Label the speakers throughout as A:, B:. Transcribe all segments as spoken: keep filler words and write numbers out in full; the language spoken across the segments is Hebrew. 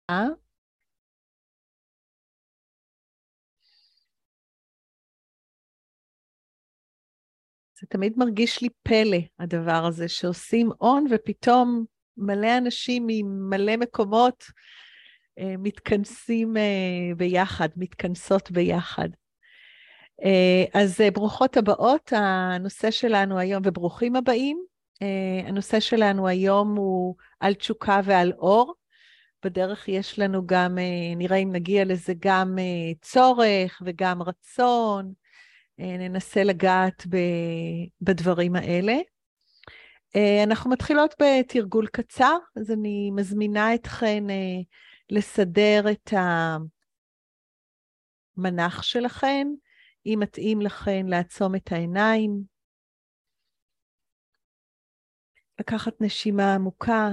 A: זה תמיד מרגיש לי פלא, הדבר הזה, שעושים און ופתאום מלא אנשים ממלא מקומות אה, מתכנסים אה, ביחד, מתכנסות ביחד. אה, אז אה, ברוכות הבאות, הנושא שלנו היום, וברוכים הבאים, אה, הנושא שלנו היום הוא על תשוקה ועל אור. בדרך יש לנו גם, אה, נראה אם נגיע לזה, גם אה, צורך וגם רצון. ננסה לגעת בדברים האלה. אנחנו מתחילות בתרגול קצר, אז אני מזמינה אתכן לסדר את המנח שלכן, אם מתאים לכן לעצום את העיניים, לקחת נשימה עמוקה,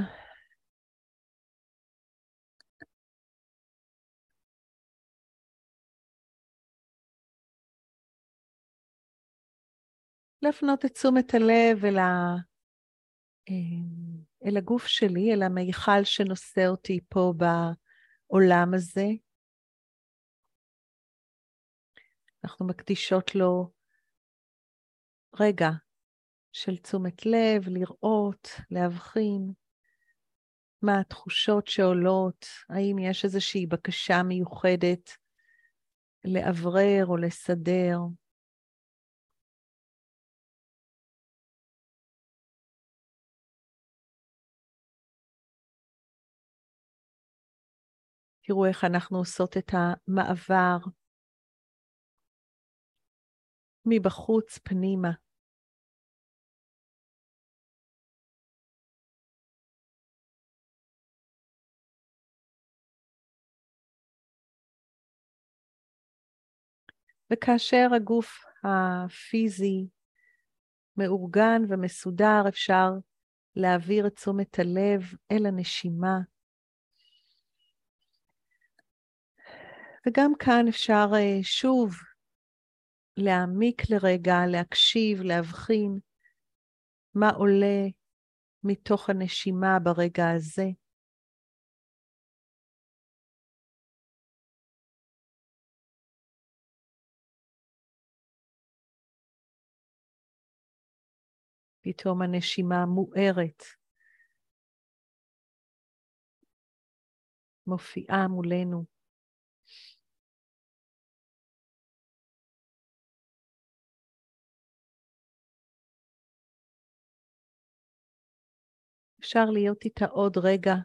A: להפנות את תשומת הלב אל, ה... אל הגוף שלי, אל המיכל שנושא אותי פה בעולם הזה. אנחנו מקדישות לו רגע של תשומת לב, לראות, להבחין מה התחושות שעולות, האם יש איזושהי בקשה מיוחדת לאוורר או לסדר. תראו איך אנחנו עושות את המעבר מבחוץ פנימה. וכאשר הגוף הפיזי מאורגן ומסודר, אפשר להעביר את תשומת הלב אל הנשימה. וגם כאן אפשר שוב להעמיק לרגע, להקשיב, להבחין מה עולה מתוך הנשימה ברגע הזה. פתאום הנשימה מוארת, מופיעה מולנו. אפשר להיות איתה עוד רגע,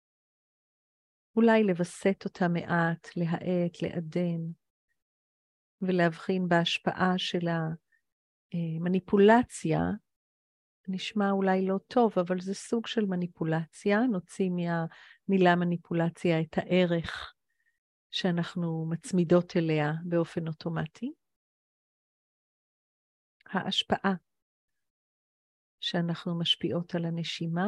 A: אולי לבסט אותה מעט, להאט, לעדן, ולהבחין בהשפעה של המניפולציה. נשמע אולי לא טוב, אבל זה סוג של מניפולציה. נוציא מהמילה מניפולציה את הערך שאנחנו מצמידות אליה באופן אוטומטי. ההשפעה שאנחנו משפיעות על הנשימה,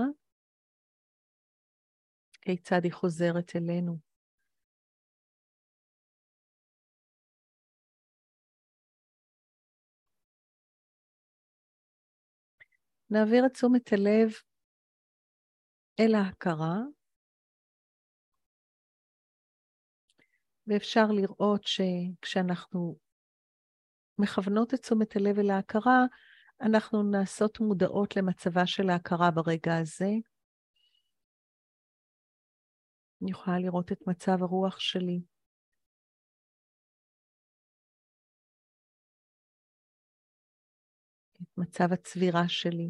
A: כיצד היא חוזרת אלינו. נעביר את תשומת הלב אל ההכרה, ואפשר לראות שכשאנחנו מכוונות את תשומת הלב אל ההכרה, אנחנו נעשות מודעות למצבה של ההכרה ברגע הזה. אני יכולה לראות את מצב הרוח שלי. את מצב הצבירה שלי.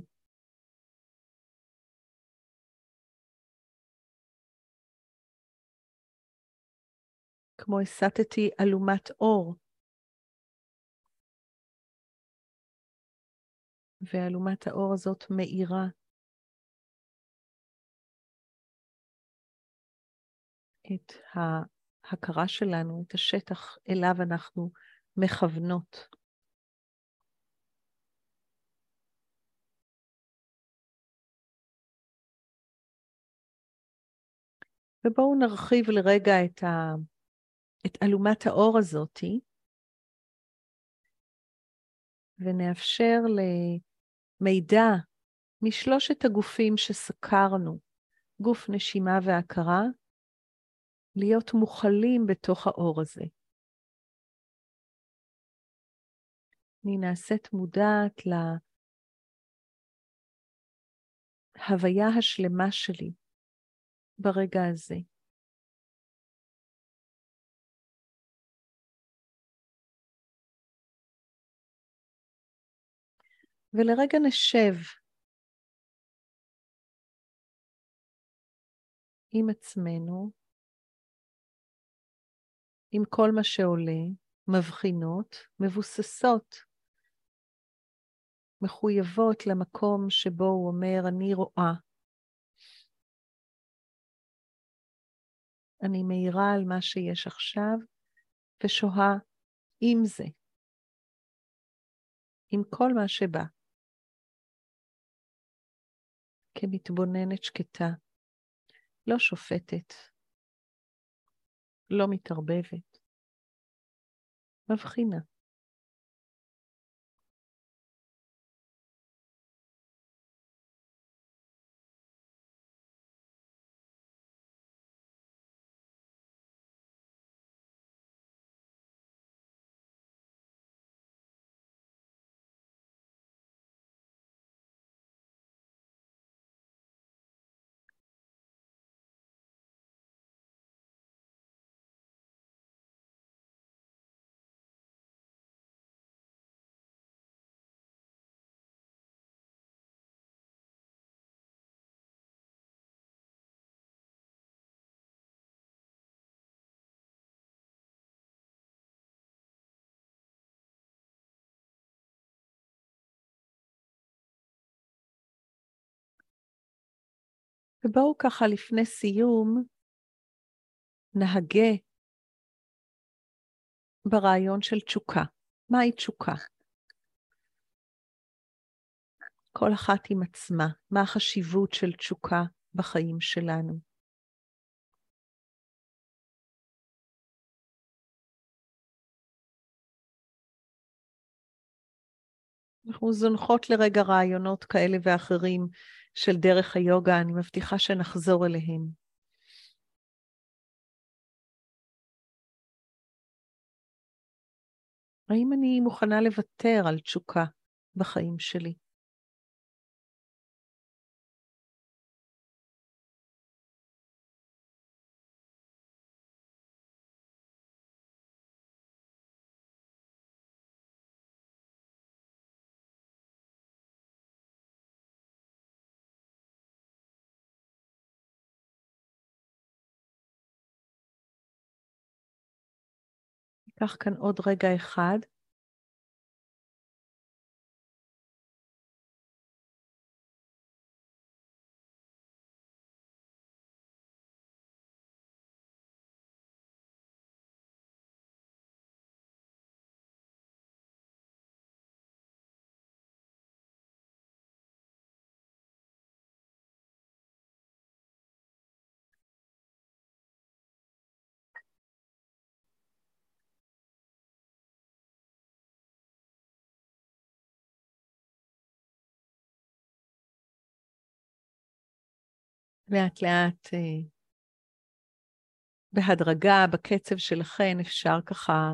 A: כמו הסתתי אלומת אור. ואלומת האור הזאת מאירה את ההכרה שלנו, את השטח אליו אנחנו מכוונות. ובואו נרחיב לרגע את, ה... את אלומת האור הזאת, ונאפשר למידע משלושת הגופים שסקרנו, גוף נשימה והכרה, להיות מוכלים בתוך האור הזה. אני נעשית מודעת להוויה השלמה שלי ברגע הזה. ולרגע נשב עם עצמנו, עם כל מה שעולה, מבחינות, מבוססות, מחויבות למקום שבו הוא אומר, אני רואה. אני מאירה על מה שיש עכשיו, ושוהה עם זה, עם כל מה שבא, כמתבוננת שקטה, לא שופטת, לא מתערבבת, מבחינה. ובואו ככה לפני סיום, נהגה ברעיון של תשוקה. מהי תשוקה? כל אחת עם עצמה. מה החשיבות של תשוקה בחיים שלנו? אנחנו זונחות לרגע רעיונות כאלה ואחרים של דרך היוגה, אני מבטיחה שנחזור אליהם. האם אני מוכנה לוותר על תשוקה בחיים שלי? ניקח כאן עוד רגע אחד. לאט לאט, בהדרגה, בקצב שלכן, אפשר ככה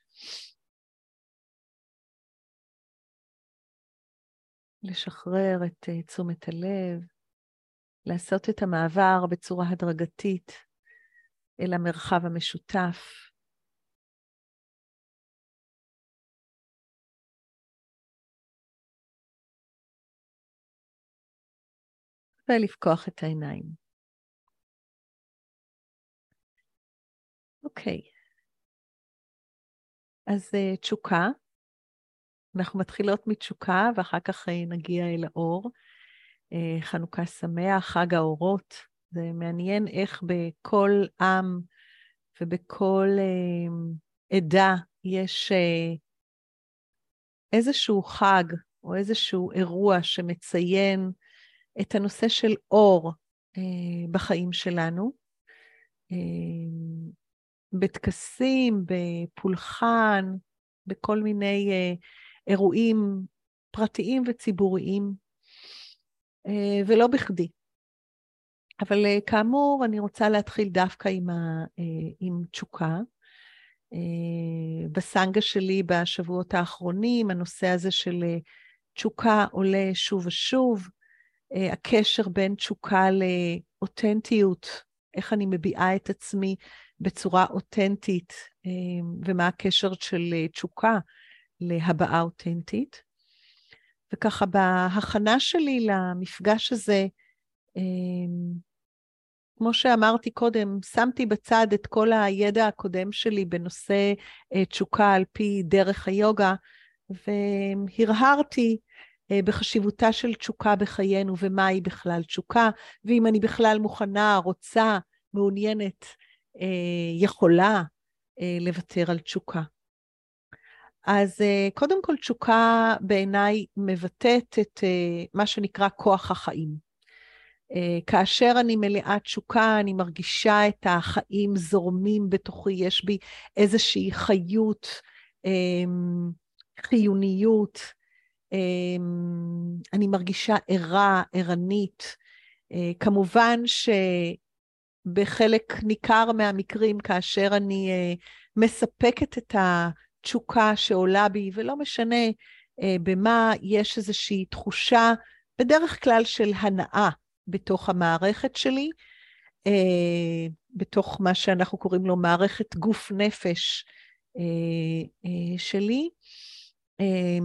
A: לשחרר את תשומת הלב, לעשות את המעבר בצורה הדרגתית אל המרחב המשותף. ולפקוח את העיניים. אוקיי. אז uh, תשוקה. אנחנו מתחילות מתשוקה, ואחר כך uh, נגיע אל האור. Uh, חנוכה שמח, חג האורות. זה מעניין איך בכל עם ובכל uh, עדה יש uh, איזשהו חג או איזשהו אירוע שמציין את הנושא של אור uh, בחיים שלנו. Uh, בטקסים, בפולחן, בכל מיני uh, אירועים פרטיים וציבוריים, uh, ולא בכדי. אבל כאמור, אני רוצה להתחיל דווקא עם, ה, עם תשוקה. בסנגה שלי בשבועות האחרונים, הנושא הזה של תשוקה עולה שוב ושוב, הקשר בין תשוקה לאותנטיות, איך אני מביעה את עצמי בצורה אותנטית, ומה הקשר של תשוקה להבעה אותנטית. וככה בהכנה שלי למפגש הזה, כמו שאמרתי קודם, שמתי בצד את כל הידע הקודם שלי בנושא תשוקה על פי דרך היוגה, והרהרתי בחשיבותה של תשוקה בחיינו, ומה היא בכלל תשוקה, ואם אני בכלל מוכנה, רוצה, מעוניינת, יכולה לוותר על תשוקה. אז קודם כל תשוקה בעיניי מבטאת את מה שנקרא כוח החיים. כאשר אני מלאה תשוקה, אני מרגישה את החיים זורמים בתוכי, יש בי איזושהי חיות, חיוניות, אני מרגישה ערה, ערנית. כמובן שבחלק ניכר מהמקרים, כאשר אני מספקת את התשוקה שעולה בי, ולא משנה במה, יש איזושהי תחושה, בדרך כלל של הנאה, בתוך המערכת שלי, אה, בתוך מה שאנחנו קוראים לו מערכת גוף נפש אה, אה, שלי. אה,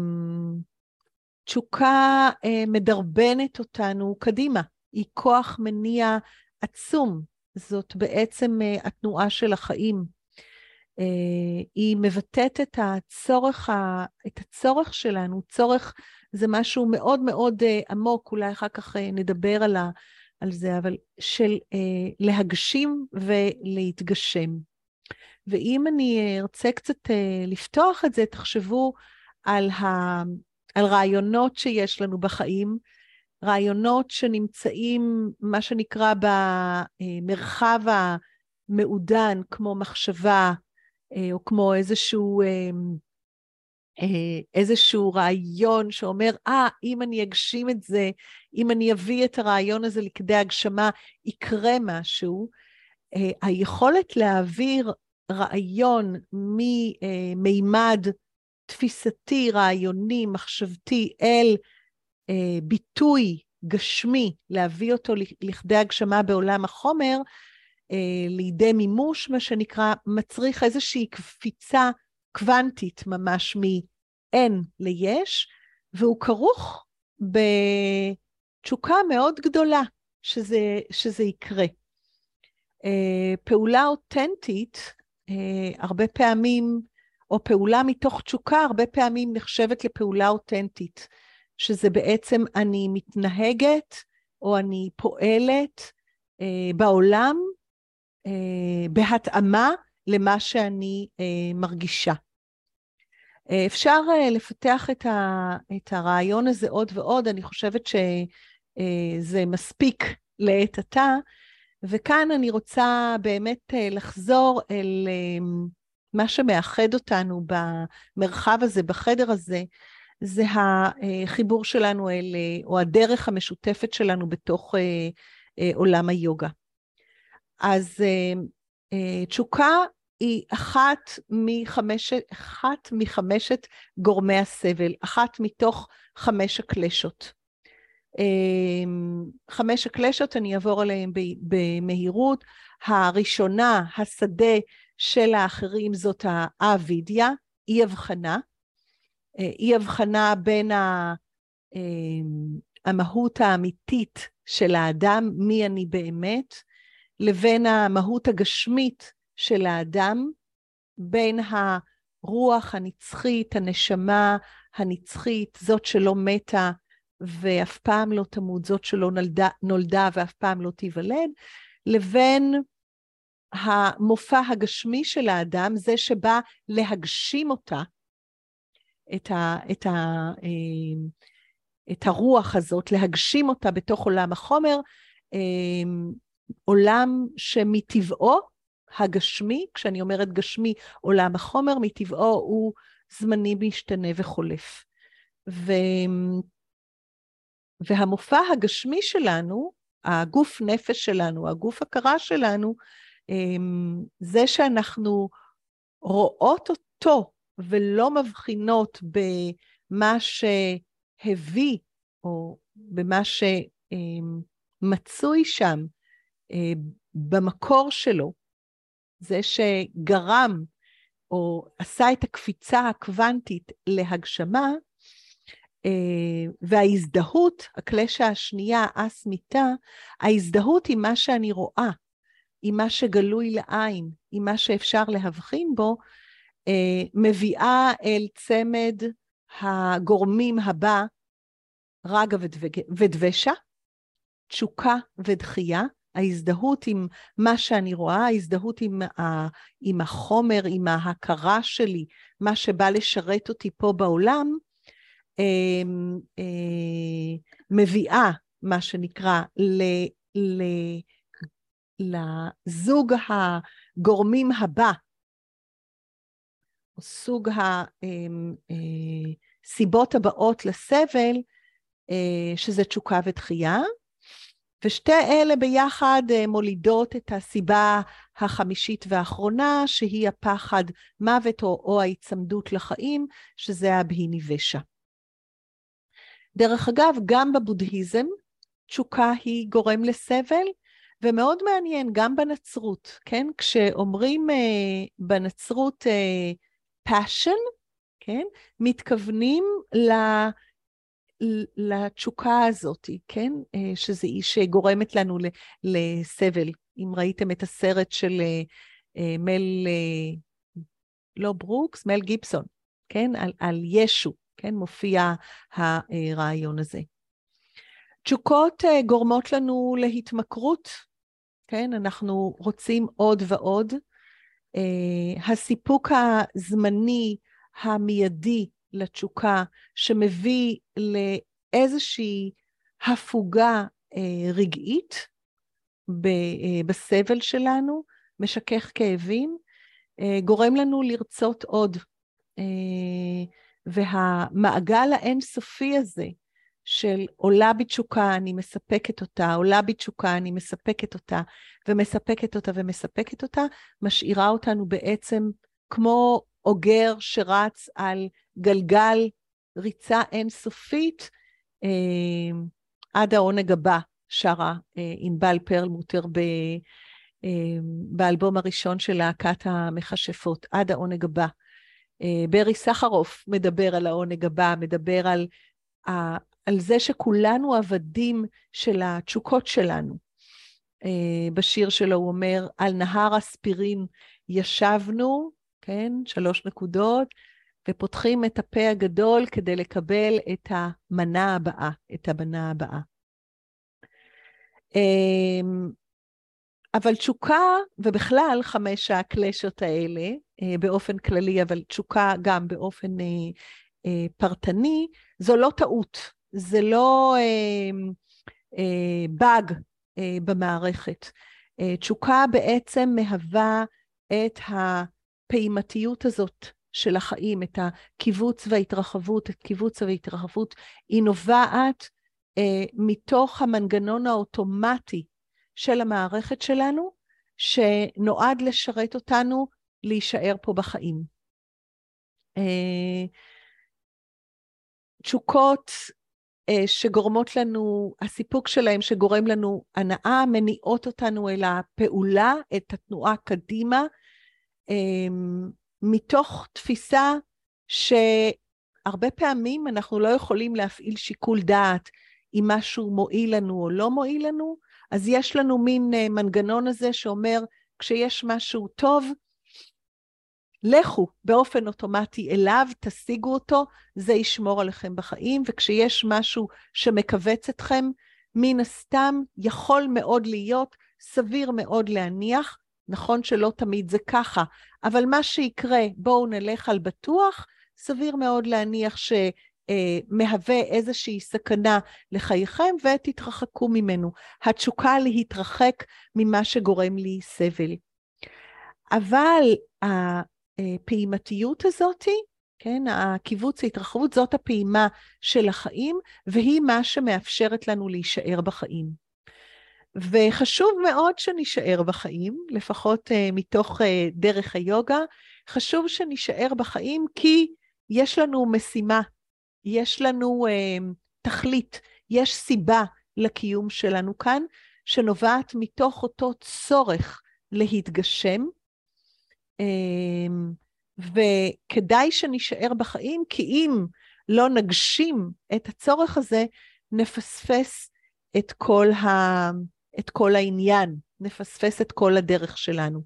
A: תשוקה אה, מדרבנת אותנו קדימה, היא כוח מניע עצום, זאת בעצם אה, התנועה של החיים. אה, היא מבטאת את הצורך, ה, את הצורך שלנו, צורך זה משהו מאוד מאוד uh, עמוק, אולי אחר כך uh, נדבר על, ה, על זה, אבל של uh, להגשים ולהתגשם. ואם אני ארצה קצת uh, לפתוח את זה, תחשבו על, ה, על רעיונות שיש לנו בחיים, רעיונות שנמצאים, מה שנקרא במרחב המעודן, כמו מחשבה, uh, או כמו איזשהו... Uh, איזשהו רעיון שאומר, אה, אם אני אגשים את זה, אם אני אביא את הרעיון הזה לכדי הגשמה, יקרה משהו. היכולת להעביר רעיון ממימד תפיסתי, רעיוני, מחשבתי, אל ביטוי גשמי, להביא אותו לכדי הגשמה בעולם החומר, לידי מימוש, מה שנקרא, מצריך איזושהי קפיצה קוונטית ממש מאין ליש, והוא כרוך בתשוקה מאוד גדולה שזה, שזה יקרה. פעולה אותנטית, הרבה פעמים, או פעולה מתוך תשוקה, הרבה פעמים נחשבת לפעולה אותנטית, שזה בעצם אני מתנהגת, או אני פועלת בעולם, בהתאמה, למה שאני אה, מרגישה. אה, אפשר אה, לפתח את, ה, את הרעיון הזה עוד ועוד, אני חושבת שזה אה, מספיק לעת עתה, וכאן אני רוצה באמת אה, לחזור אל אה, מה שמאחד אותנו במרחב הזה, בחדר הזה, זה החיבור שלנו אל, אה, או הדרך המשותפת שלנו בתוך אה, אה, עולם היוגה. אז אה, תשוקה היא אחת מחמשת, אחת מחמשת גורמי הסבל, אחת מתוך חמש הקלשות. חמש הקלשות, אני אעבור עליהן במהירות. הראשונה, השדה של האחרים, זאת האבידיה, אי הבחנה. אי הבחנה בין המהות האמיתית של האדם, מי אני באמת, לבין המהות הגשמית של האדם, בין הרוח הנצחית, הנשמה הנצחית, זאת שלא מתה ואף פעם לא תמות, זאת שלא נולדה, נולדה ואף פעם לא תיוולד, לבין המופע הגשמי של האדם, זה שבא להגשים אותה, את, ה, את, ה, את הרוח הזאת, להגשים אותה בתוך עולם החומר, עולם שמטבעו הגשמי, כשאני אומרת גשמי, עולם החומר, מטבעו הוא זמני משתנה וחולף. ו... והמופע הגשמי שלנו, הגוף נפש שלנו, הגוף הכרה שלנו, זה שאנחנו רואות אותו ולא מבחינות במה שהביא, או במה שמצוי שם במקור שלו, זה שגרם או עשה את הקפיצה הקוונטית להגשמה, וההזדהות, הקלשה השנייה, אסמיתה, ההזדהות עם מה שאני רואה, עם מה שגלוי לעין, עם מה שאפשר להבחין בו, מביאה אל צמד הגורמים הבא, רגע ודבשה, תשוקה ודחייה, ההזדהות עם מה שאני רואה, ההזדהות עם, ה, עם החומר, עם ההכרה שלי, מה שבא לשרת אותי פה בעולם, אה, אה, מביאה מה שנקרא ל, ל, לזוג הגורמים הבא, או סוג הסיבות הבאות לסבל, אה, שזה תשוקה ודחייה, ושתי אלה ביחד מולידות את הסיבה החמישית והאחרונה, שהיא הפחד מוות או, או ההצמדות לחיים, שזה הבהיניבשה. דרך אגב, גם בבודהיזם, תשוקה היא גורם לסבל, ומאוד מעניין, גם בנצרות, כן? כשאומרים uh, בנצרות uh, passion, כן? מתכוונים ל... לתשוקה הזאת, כן? שזה היא שגורמת לנו לסבל. אם ראיתם את הסרט של מל, לא ברוקס, מל גיבסון, כן? על, על ישו, כן? מופיע הרעיון הזה. תשוקות גורמות לנו להתמכרות, כן? אנחנו רוצים עוד ועוד. הסיפוק הזמני, המיידי, לתשוקה, שמביא לאיזושהי הפוגה אה, רגעית ב, אה, בסבל שלנו, משכך כאבים, אה, גורם לנו לרצות עוד. אה, והמעגל האינסופי הזה, של עולה בתשוקה, אני מספקת אותה, עולה בתשוקה, אני מספקת אותה, ומספקת אותה ומספקת אותה, משאירה אותנו בעצם כמו אוגר שרץ על גלגל ריצה אינסופית, אה, עד העונג הבא, שרה אה, ענבל פרלמוטר ב, אה, באלבום הראשון של להקת המכשפות, עד העונג הבא. אה, ברי סחרוף מדבר על העונג הבא, מדבר על, אה, על זה שכולנו עבדים של התשוקות שלנו. אה, בשיר שלו הוא אומר, על נהר אספירין ישבנו, כן, שלוש נקודות, ופותחים את הפה הגדול כדי לקבל את המנה הבאה, את המנה הבאה. אבל תשוקה, ובכלל חמש הקלשות האלה, באופן כללי, אבל תשוקה גם באופן פרטני, זו לא טעות, זה לא באג במערכת. תשוקה בעצם מהווה את הפעימתיות הזאת של החיים, את הקיבוץ וההתרחבות, את קיבוץ וההתרחבות, היא נובעת אה, מתוך המנגנון האוטומטי של המערכת שלנו, שנועד לשרת אותנו להישאר פה בחיים. אה, תשוקות אה, שגורמות לנו, הסיפוק שלהם שגורם לנו הנאה, מניעות אותנו אל הפעולה, את התנועה קדימה, אה, מתוך תפיסה שהרבה פעמים אנחנו לא יכולים להפעיל שיקול דעת אם משהו מועיל לנו או לא מועיל לנו, אז יש לנו מין מנגנון הזה שאומר, כשיש משהו טוב, לכו באופן אוטומטי אליו, תשיגו אותו, זה ישמור עליכם בחיים, וכשיש משהו שמקבץ אתכם, מן הסתם יכול מאוד להיות, סביר מאוד להניח, נכון שלא תמיד זה ככה, אבל מה שיקרה, בואו נלך על בטוח, סביר מאוד להניח שמהווה איזושהי סכנה לחייכם, ותתרחקו ממנו. התשוקה להתרחק ממה שגורם לי סבל. אבל הפעימתיות הזאת, כן, הקיבוץ, ההתרחבות, זאת הפעימה של החיים, והיא מה שמאפשרת לנו להישאר בחיים. וחשוב מאוד שנשאר בחיים, לפחות uh, מתוך uh, דרך היוגה, חשוב שנשאר בחיים כי יש לנו משימה, יש לנו uh, תכלית, יש סיבה לקיום שלנו כאן, שנובעת מתוך אותו צורך להתגשם, uh, וכדאי שנשאר בחיים, כי אם לא נגשים את הצורך הזה, נפספס את כל ה... את כל העניין, נפספס את כל הדרך שלנו.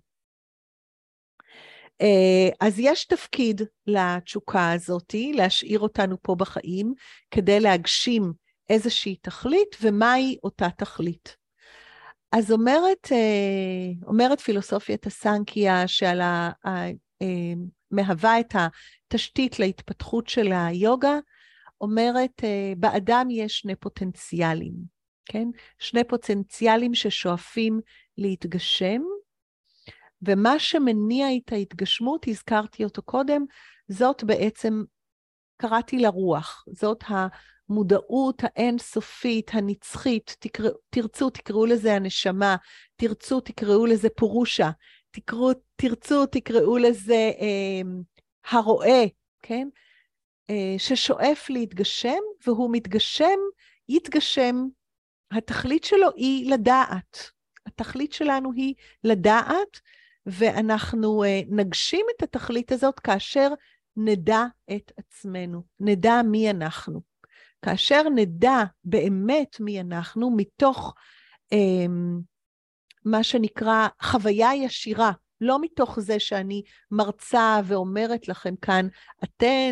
A: אז יש תפקיד לתשוקה הזאת, להשאיר אותנו פה בחיים, כדי להגשים איזושהי תכלית, ומהי אותה תכלית. אז אומרת, אומרת פילוסופיית הסנקיה, שעל ה... מהווה את התשתית להתפתחות של היוגה, אומרת, באדם יש שני פוטנציאלים, כן? שני פוטנציאלים ששואפים להתגשם, ומה שמניע את ההתגשמות, הזכרתי אותו קודם, זאת בעצם, קראתי לרוח, זאת המודעות האינסופית, הנצחית, תקרא, תרצו, תקראו לזה הנשמה, תרצו, תקראו לזה פורושה, תקראו, תרצו, תקראו לזה אה, הרואה, כן? אה, ששואף להתגשם, והוא מתגשם, יתגשם, התכלית שלו היא לדעת. התכלית שלנו היא לדעת, ואנחנו uh, נגשים את התכלית הזאת כאשר נדע את עצמנו, נדע מי אנחנו. כאשר נדע באמת מי אנחנו, מתוך um, מה שנקרא חוויה ישירה, לא מתוך זה שאני מרצה ואומרת לכם כאן, אתן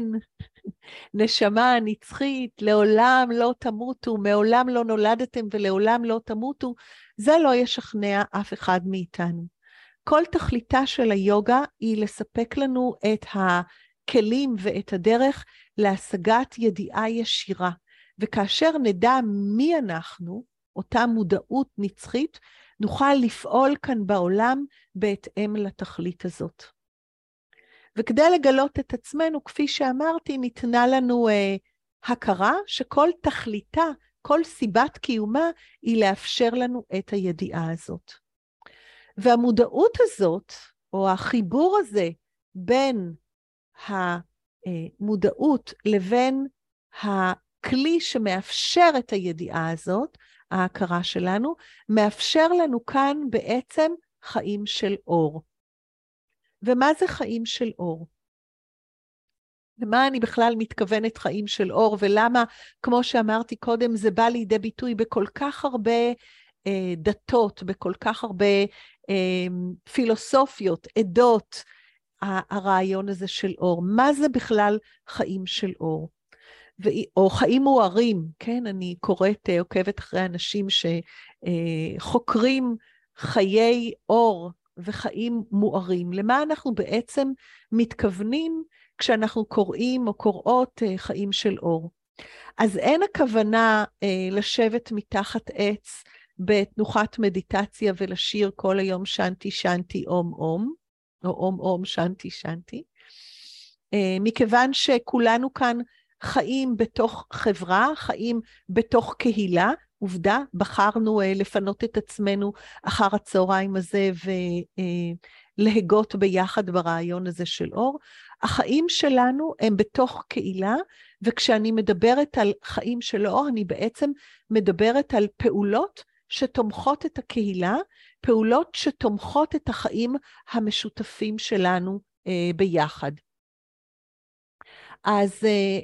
A: נשמה נצחית, לעולם לא תמותו, מעולם לא נולדתם ולעולם לא תמותו, זה לא ישכנע אף אחד מאיתנו. כל תכליתה של היוגה היא לספק לנו את הכלים ואת הדרך להשגת ידיעה ישירה, וכאשר נדע מי אנחנו, אותה מודעות נצחית, נוכל לפעול כאן בעולם בהתאם לתכלית הזאת. וכדי לגלות את עצמנו, כפי שאמרתי, ניתנה לנו אה, הכרה שכל תכליתה, כל סיבת קיומה, היא לאפשר לנו את הידיעה הזאת. והמודעות הזאת, או החיבור הזה, בין המודעות לבין הכלי שמאפשר את הידיעה הזאת, ההכרה שלנו, מאפשר לנו כאן בעצם חיים של אור. ומה זה חיים של אור? למה אני בכלל מתכוונת חיים של אור, ולמה, כמו שאמרתי קודם, זה בא לידי ביטוי בכל כך הרבה אה, דתות, בכל כך הרבה אה, פילוסופיות, עדות, הרעיון הזה של אור. מה זה בכלל חיים של אור? ו... או חיים מוארים, כן? אני קוראת, עוקבת אחרי אנשים שחוקרים חיי אור וחיים מוארים. למה אנחנו בעצם מתכוונים כשאנחנו קוראים או קוראות חיים של אור? אז אין הכוונה לשבת מתחת עץ בתנוחת מדיטציה ולשיר כל היום שנתי שנתי אום אום, או אום אום שנתי שנתי, מכיוון שכולנו כאן חיים בתוך חברה, חיים בתוך קהילה, עובדה, בחרנו לפנות את עצמנו אחר הצהריים הזה ולהגות ביחד ברעיון הזה של אור. החיים שלנו הם בתוך קהילה, וכשאני מדברת על חיים של אור, אני בעצם מדברת על פעולות שתומכות את הקהילה, פעולות שתומכות את החיים המשותפים שלנו ביחד. אז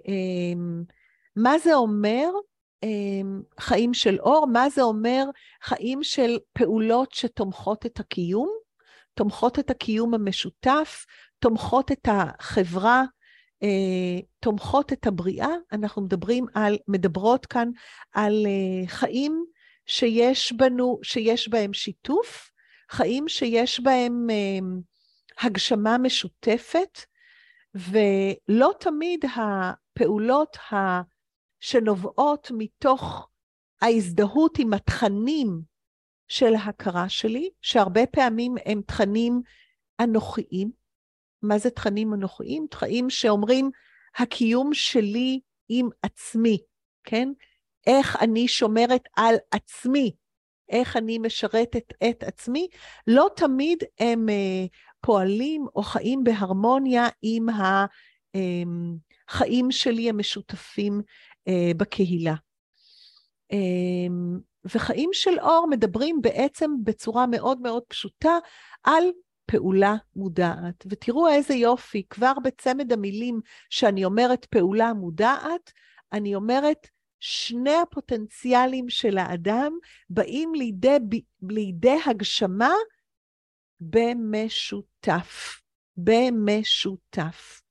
A: מה זה אומר חיים של אור? מה זה אומר חיים של פעולות שתומכות את הקיום, תומכות את הקיום המשותף, תומכות את החברה, תומכות את הבריאה? אנחנו מדברים על, מדברות כאן על חיים שיש בנו, שיש בהם שיתוף, חיים שיש בהם הגשמה משותפת, ולא תמיד הפעולות שנובעות מתוך ההזדהות עם התכנים של ההכרה שלי, שהרבה פעמים הם תכנים אנוכיים. מה זה תכנים אנוכיים? תכנים שאומרים, הקיום שלי עם עצמי, כן? איך אני שומרת על עצמי, איך אני משרתת את עצמי, לא תמיד הם uh, פועלים או חיים בהרמוניה עם החיים שלי המשותפים uh, בקהילה. Um, וחיים של אור מדברים בעצם בצורה מאוד מאוד פשוטה על פעולה מודעת. ותראו איזה יופי, כבר בצמד המילים שאני אומרת פעולה מודעת, אני אומרת שני הפוטנציאלים של האדם באים לידי, לידי הגשמה במשותף, במשותף.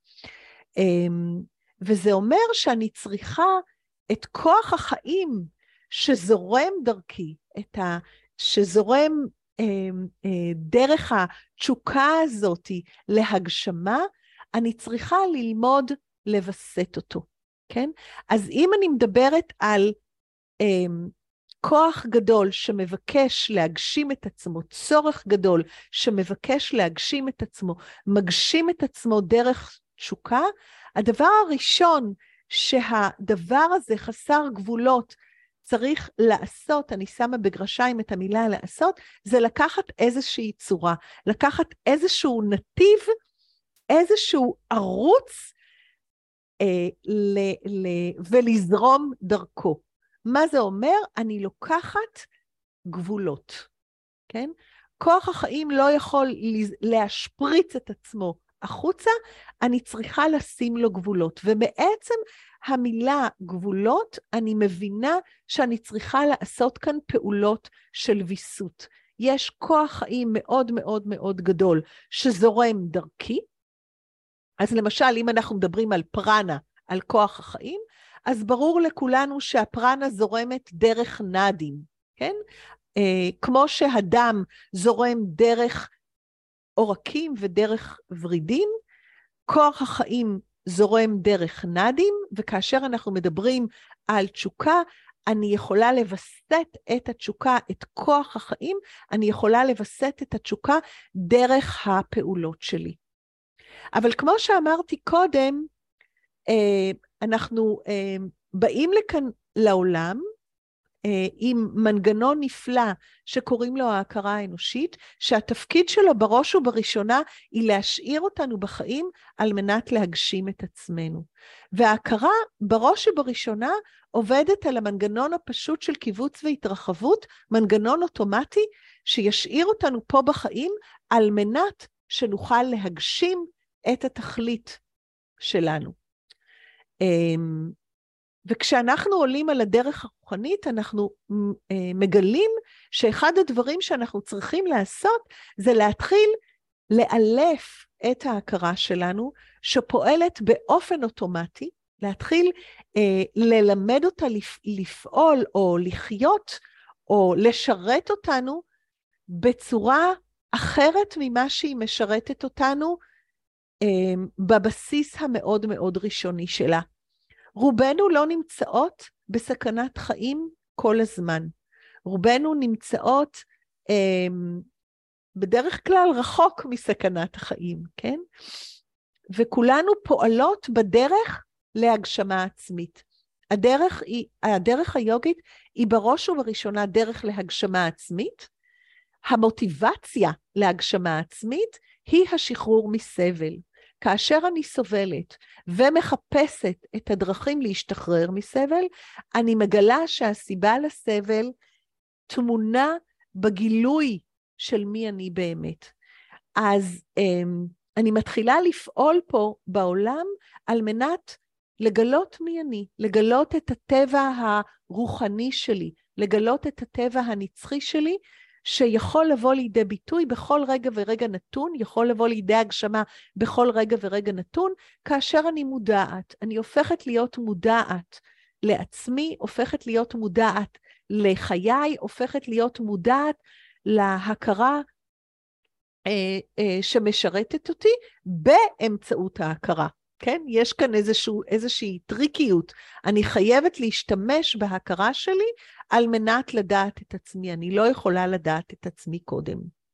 A: וזה אומר שאני צריכה את כוח החיים שזורם דרכי, את ה, שזורם דרך התשוקה הזאת להגשמה, אני צריכה ללמוד לבסט אותו, כן? אז אם אני מדברת על um, כוח גדול שמבקש להגשים את עצמו, צורך גדול שמבקש להגשים את עצמו, מגשים את עצמו דרך תשוקה, הדבר הראשון שהדבר הזה חסר גבולות צריך לעשות, אני שמה בגרשיים את המילה לעשות, זה לקחת איזושהי צורה, לקחת איזשהו נתיב, איזשהו ערוץ, אה, ל, ל, ולזרום דרכו. מה זה אומר? אני לוקחת גבולות, כן? כוח החיים לא יכול להשפריץ את עצמו החוצה, אני צריכה לשים לו גבולות, ובעצם המילה גבולות, אני מבינה שאני צריכה לעשות כאן פעולות של ויסות. יש כוח חיים מאוד מאוד מאוד גדול שזורם דרכי, אז למשל אם אנחנו מדברים על פרנה, על כוח החיים, אז ברור לכולנו שהפרנה זורמת דרך נדים, כן? אה, כמו שהדם זורם דרך עורקים ודרך ורידים, כוח החיים זורם דרך נדים, וכאשר אנחנו מדברים על תשוקה, אני יכולה לבסט את התשוקה, את כוח החיים, אני יכולה לבסט את התשוקה דרך הפעולות שלי. אבל כמו שאמרתי קודם, אנחנו באים לכאן לעולם, עם מנגנון נפלא שקוראים לו ההכרה האנושית, שהתפקיד שלו בראש ובראשונה היא להשאיר אותנו בחיים על מנת להגשים את עצמנו. וההכרה בראש ובראשונה עובדת על המנגנון הפשוט של קיבוץ והתרחבות, מנגנון אוטומטי שישאיר אותנו פה בחיים על מנת שנוכל להגשים את התכלית שלנו. וכשאנחנו עולים על הדרך הרוחנית, אנחנו מגלים שאחד הדברים שאנחנו צריכים לעשות, זה להתחיל לאלף את ההכרה שלנו, שפועלת באופן אוטומטי, להתחיל אה, ללמד אותה לפ, לפעול או לחיות, או לשרת אותנו, בצורה אחרת ממה שהיא משרתת אותנו, אה, בבסיס המאוד מאוד ראשוני שלה. רובנו לא נמצאות בסכנת חיים כל הזמן. רובנו נמצאות אה, בדרך כלל רחוק מסכנת החיים, כן? וכולנו פועלות בדרך להגשמה עצמית. הדרך, היא, הדרך היוגית היא בראש ובראשונה דרך להגשמה עצמית. המוטיבציה להגשמה עצמית היא השחרור מסבל. כאשר אני סובלת ומחפשת את הדרכים להשתחרר מסבל, אני מגלה שהסיבה לסבל תמונה בגילוי של מי אני באמת. אז אני מתחילה לפעול פה בעולם על מנת לגלות מי אני, לגלות את הטבע הרוחני שלי, לגלות את הטבע הנצחי שלי, שיכול לבוא לידי ביטוי בכל רגע ורגע נתון, יכול לבוא לידי הגשמה בכל רגע ורגע נתון, כאשר אני מודעת, אני הופכת להיות מודעת לעצמי, הופכת להיות מודעת לחיי, הופכת להיות מודעת להכרה אה, אה, שמשרתת אותי באמצעות ההכרה. כן? יש כאן איזשהו, איזושהי טריקיות. אני חייבת להשתמש בהכרה שלי על מנת לדעת את עצמי. אני לא יכולה לדעת את עצמי קודם.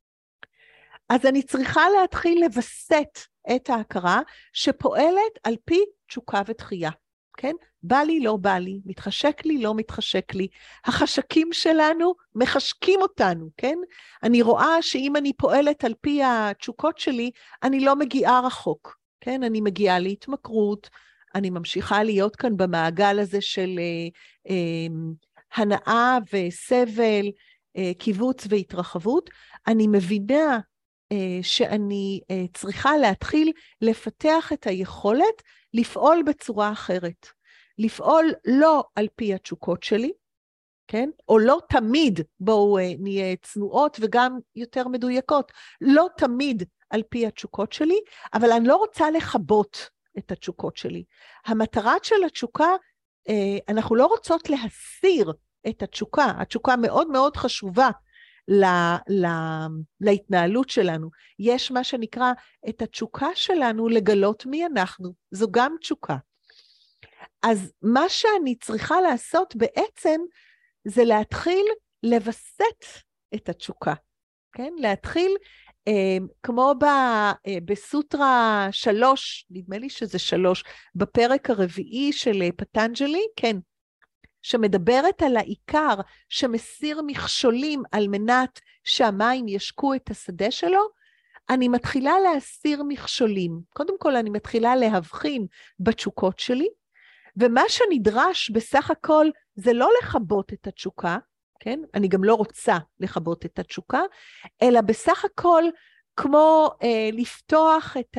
A: אז אני צריכה להתחיל לבסט את ההכרה שפועלת על פי תשוקה ותחייה. כן? בא לי, לא בא לי, מתחשק לי, לא מתחשק לי. החשקים שלנו מחשקים אותנו, כן? אני רואה שאם אני פועלת על פי התשוקות שלי, אני לא מגיעה רחוק, כן? אני מגיעה להתמכרות, אני ממשיכה להיות כאן במעגל הזה של אה, אה, הנאה וסבל, אה, קיבוץ והתרחבות. אני מבינה אה, שאני אה, צריכה להתחיל לפתח את היכולת לפעול בצורה אחרת. לפעול לא על פי התשוקות שלי, כן? או לא תמיד, בואו אה, נהיה צנועות וגם יותר מדויקות, לא תמיד על פי התשוקות שלי, אבל אני לא רוצה לחבות את התשוקות שלי. המטרה של התשוקה, אה, אנחנו לא רוצות להסיר את התשוקה, התשוקה מאוד מאוד חשובה, לה, לה, להתנהלות שלנו. יש מה שנקרא את התשוקה שלנו לגלות מי אנחנו. זו גם תשוקה. אז מה שאני צריכה לעשות בעצם, זה להתחיל לבסט את התשוקה. כן? להתחיל, אה, כמו ב, אה, בסוטרה שלוש, נדמה לי שזה שלוש, בפרק הרביעי של פטנג'לי, כן, שמדברת על העיקר שמסיר מכשולים על מנת שהמים ישקו את השדה שלו, אני מתחילה להסיר מכשולים. קודם כל אני מתחילה להבחין בתשוקות שלי, ומה שנדרש בסך הכל זה לא לחבות את התשוקה, כן? אני גם לא רוצה לחבות את התשוקה, אלא בסך הכל כמו אה, לפתוח את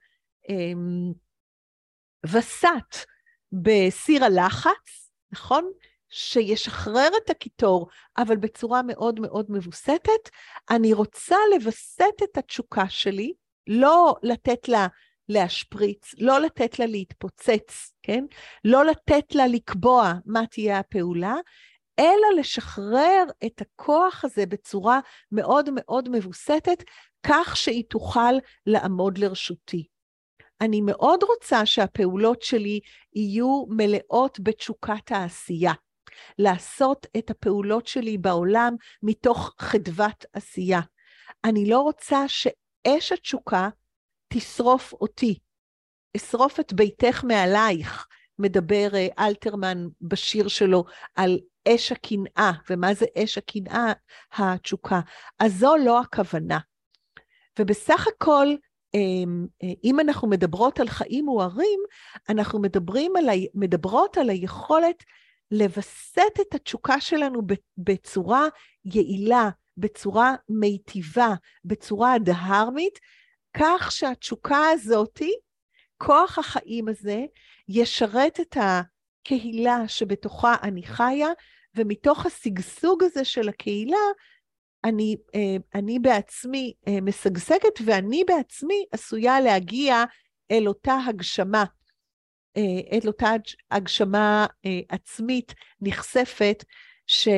A: הווסת בסיר הלחץ, נכון? שישחרר את הקיטור, אבל בצורה מאוד מאוד מבוסתת. אני רוצה לבסט את התשוקה שלי, לא לתת לה להשפריץ, לא לתת לה להתפוצץ, כן? לא לתת לה לקבוע מה תהיה הפעולה, אלא לשחרר את הכוח הזה בצורה מאוד מאוד מבוסתת, כך שהיא תוכל לעמוד לרשותי. אני מאוד רוצה שהפעולות שלי יהיו מלאות בתשוקת העשייה, לעשות את הפעולות שלי בעולם מתוך חדוות עשייה. אני לא רוצה שאש התשוקה תשרוף אותי, אשרוף את ביתך מעלייך, מדבר אלתרמן בשיר שלו על אש הקנאה, ומה זה אש הקנאה? התשוקה. אז זו לא הכוונה. ובסך הכל, אם אנחנו מדברות על חיים מוארים, אנחנו מדברים על, מדברות על היכולת לבסט את התשוקה שלנו בצורה יעילה, בצורה מיטיבה, בצורה דהרמית, כך שהתשוקה הזאת, כוח החיים הזה, ישרת את הקהילה שבתוכה אני חיה, ומתוך הסגסוג הזה של הקהילה, אני, אני בעצמי משגשגת, ואני בעצמי עשויה להגיע אל אותה הגשמה, אל אותה הגשמה עצמית נחשפת, ש,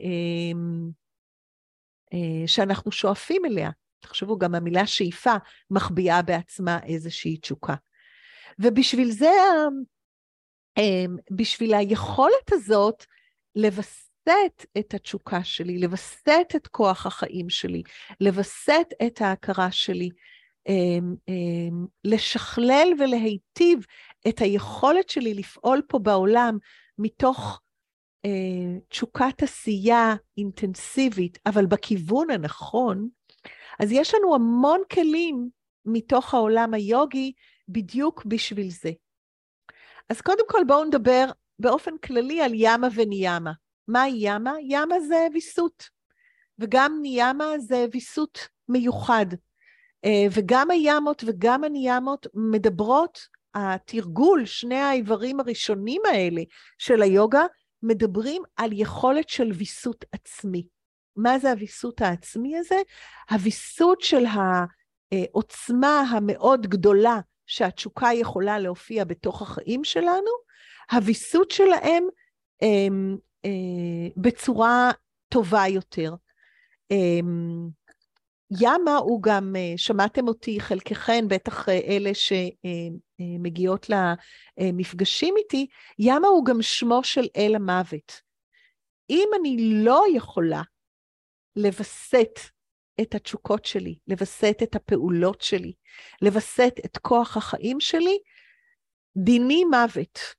A: שאנחנו שואפים אליה. תחשבו, גם המילה שאיפה מחביאה בעצמה איזושהי תשוקה. ובשביל זה, בשביל היכולת הזאת, לבסט את התשוקה שלי, לבסט את כוח החיים שלי, לבסט את ההכרה שלי, לשכלל ולהיטיב את היכולת שלי לפעול פה בעולם, מתוך תשוקת עשייה אינטנסיבית, אבל בכיוון הנכון, אז יש לנו המון כלים מתוך העולם היוגי, בדיוק בשביל זה. אז קודם כל בואו נדבר באופן כללי על ימה וניימה. מה ימה? ימה זה ויסות, וגם ניימה זה ויסות מיוחד. וגם הימות וגם הניימות מדברות, התרגול, שני האיברים הראשונים האלה של היוגה, מדברים על יכולת של ויסות עצמי. מה זה הוויסות העצמי הזה? הוויסות של העוצמה המאוד גדולה שהתשוקה יכולה להופיע בתוך החיים שלנו, הוויסות שלהם אה, אה, בצורה טובה יותר. אה, ימה הוא גם, שמעתם אותי חלקכן, בטח אלה שמגיעות למפגשים איתי, ימה הוא גם שמו של אל המוות. אם אני לא יכולה לבסט את התשוקות שלי, לבסט את הפעולות שלי, לבסט את כוח החיים שלי, דיני מוות.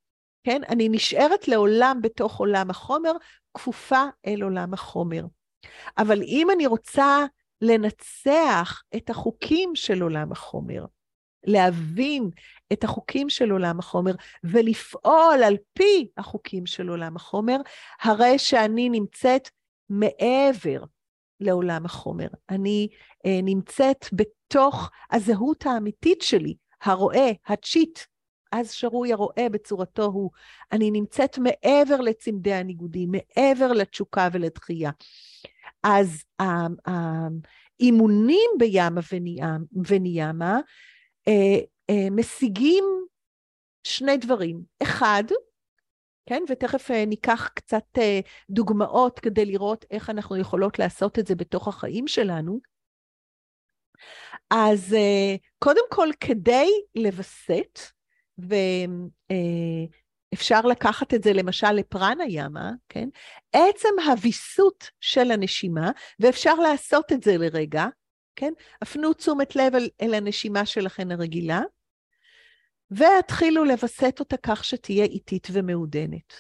A: כן? אני נשארת לעולם בתוך עולם החומר, כפופה אל עולם החומר. אבל אם אני רוצה לנצח את החוקים של עולם החומר, להבין את החוקים של עולם החומר, ולפעול על פי החוקים של עולם החומר, הרי שאני נמצאת מעבר לעולם החומר. אני אה, נמצאת בתוך הזהות האמיתית שלי, הרואה, הצ'יט, אז שרוי הרואה בצורתו הוא. אני נמצאת מעבר לצמדי הניגודים, מעבר לתשוקה ולדחייה. אז האימונים בימה וניימה אה, אה, משיגים שני דברים. אחד, כן, ותכף אה, ניקח קצת אה, דוגמאות כדי לראות איך אנחנו יכולות לעשות את זה בתוך החיים שלנו. אז אה, קודם כל, כדי לבסט, ואפשר אה, לקחת את זה למשל לפרנה ימה, כן? עצם הוויסות של הנשימה, ואפשר לעשות את זה לרגע, כן? הפנו תשומת לב אל, אל הנשימה שלכן הרגילה, והתחילו לבסט אותה כך שתהיה איטית ומעודנת.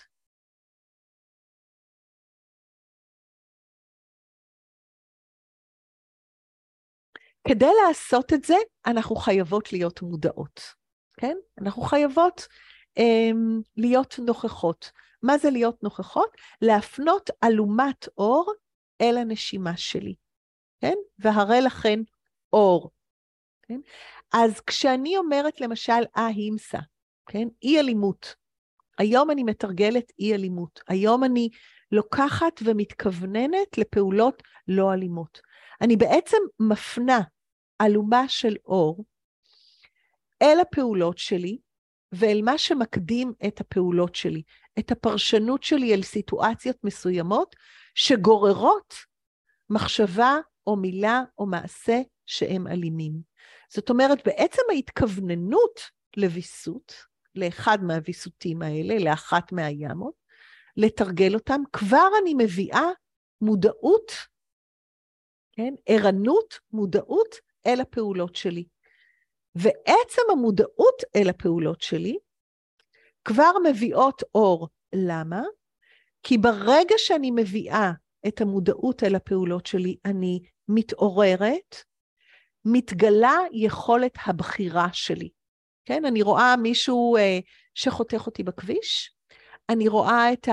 A: כדי לעשות את זה, אנחנו חייבות להיות מודעות, כן? אנחנו חייבות um, להיות נוכחות. מה זה להיות נוכחות? להפנות אלומת אור אל הנשימה שלי, כן? והרי לכן אור, כן? אז כשאני אומרת למשל אהימסה, כן? אי אלימות. היום אני מתרגלת אי אלימות. היום אני לוקחת ומתכווננת לפעולות לא אלימות. אני בעצם מפנה אלומה של אור אל הפעולות שלי, ואל מה שמקדים את הפעולות שלי, את הפרשנות שלי אל סיטואציות מסוימות, שגוררות מחשבה או מילה או מעשה שהם אלימים. זאת אומרת, בעצם ההתכווננות לוויסות, לאחד מהוויסותים האלה, לאחת מהימות, לתרגל אותם, כבר אני מביאה מודעות, כן? ערנות, מודעות אל הפעולות שלי. ועצם המודעות אל הפעולות שלי, כבר מביאות אור. למה? כי ברגע שאני מביאה את המודעות אל הפעולות שלי, אני מתעוררת, מתגלה יכולת הבחירה שלי. כן? אני רואה מישהו אה, שחותך אותי בכביש, אני רואה את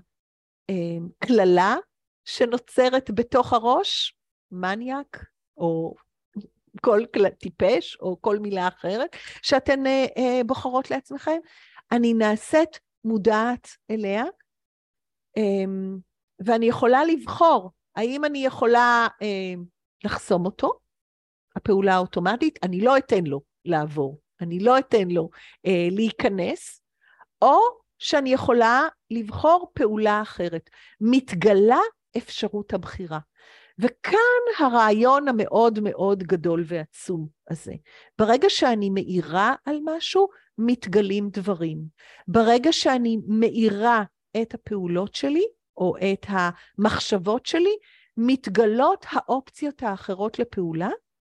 A: הכללה שנוצרת בתוך הראש, מניאק, או כל טיפש, או כל מילה אחרת, שאתן אה, אה, בוחרות לעצמכם. אני נעשית מודעת אליה, אה, ואני יכולה לבחור, האם אני יכולה אה, לחסום אותו, הפעולה האוטומטית, אני לא אתן לו לעבור, אני לא אתן לו אה, להיכנס, או שאני יכולה לבחור פעולה אחרת. מתגלה אפשרות הבחירה. וכאן הרעיון המאוד מאוד גדול ועצום הזה. ברגע שאני מאירה על משהו, מתגלים דברים. ברגע שאני מאירה את הפעולות שלי, או את המחשבות שלי, מתגלות האופציות האחרות לפעולה.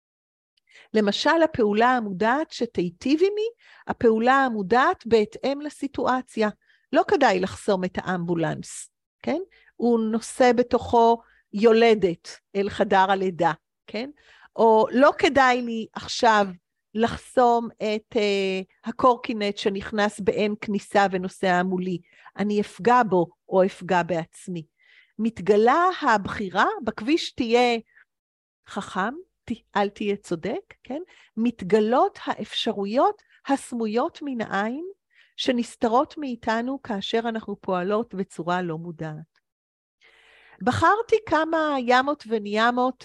A: למשל, הפעולה המודעת שתיטיב עמי, הפעולה המודעת בהתאם לסיטואציה. לא כדאי לחסום את האמבולנס, כן? הוא נושא בתוכו יולדת אל חדר הלידה, כן? או לא כדאי לי עכשיו לחסום את uh, הקורקינט שנכנס באין כניסה ונוסע מולי. אני אפגע בו או אפגע בעצמי. מתגלה הבחירה, בכביש תהיה חכם, אל תהיה צודק, כן? מתגלות האפשרויות הסמויות מן העין, שנסתרות מאיתנו כאשר אנחנו פועלות בצורה לא מודעת. בחרתי כמה ימות וניימות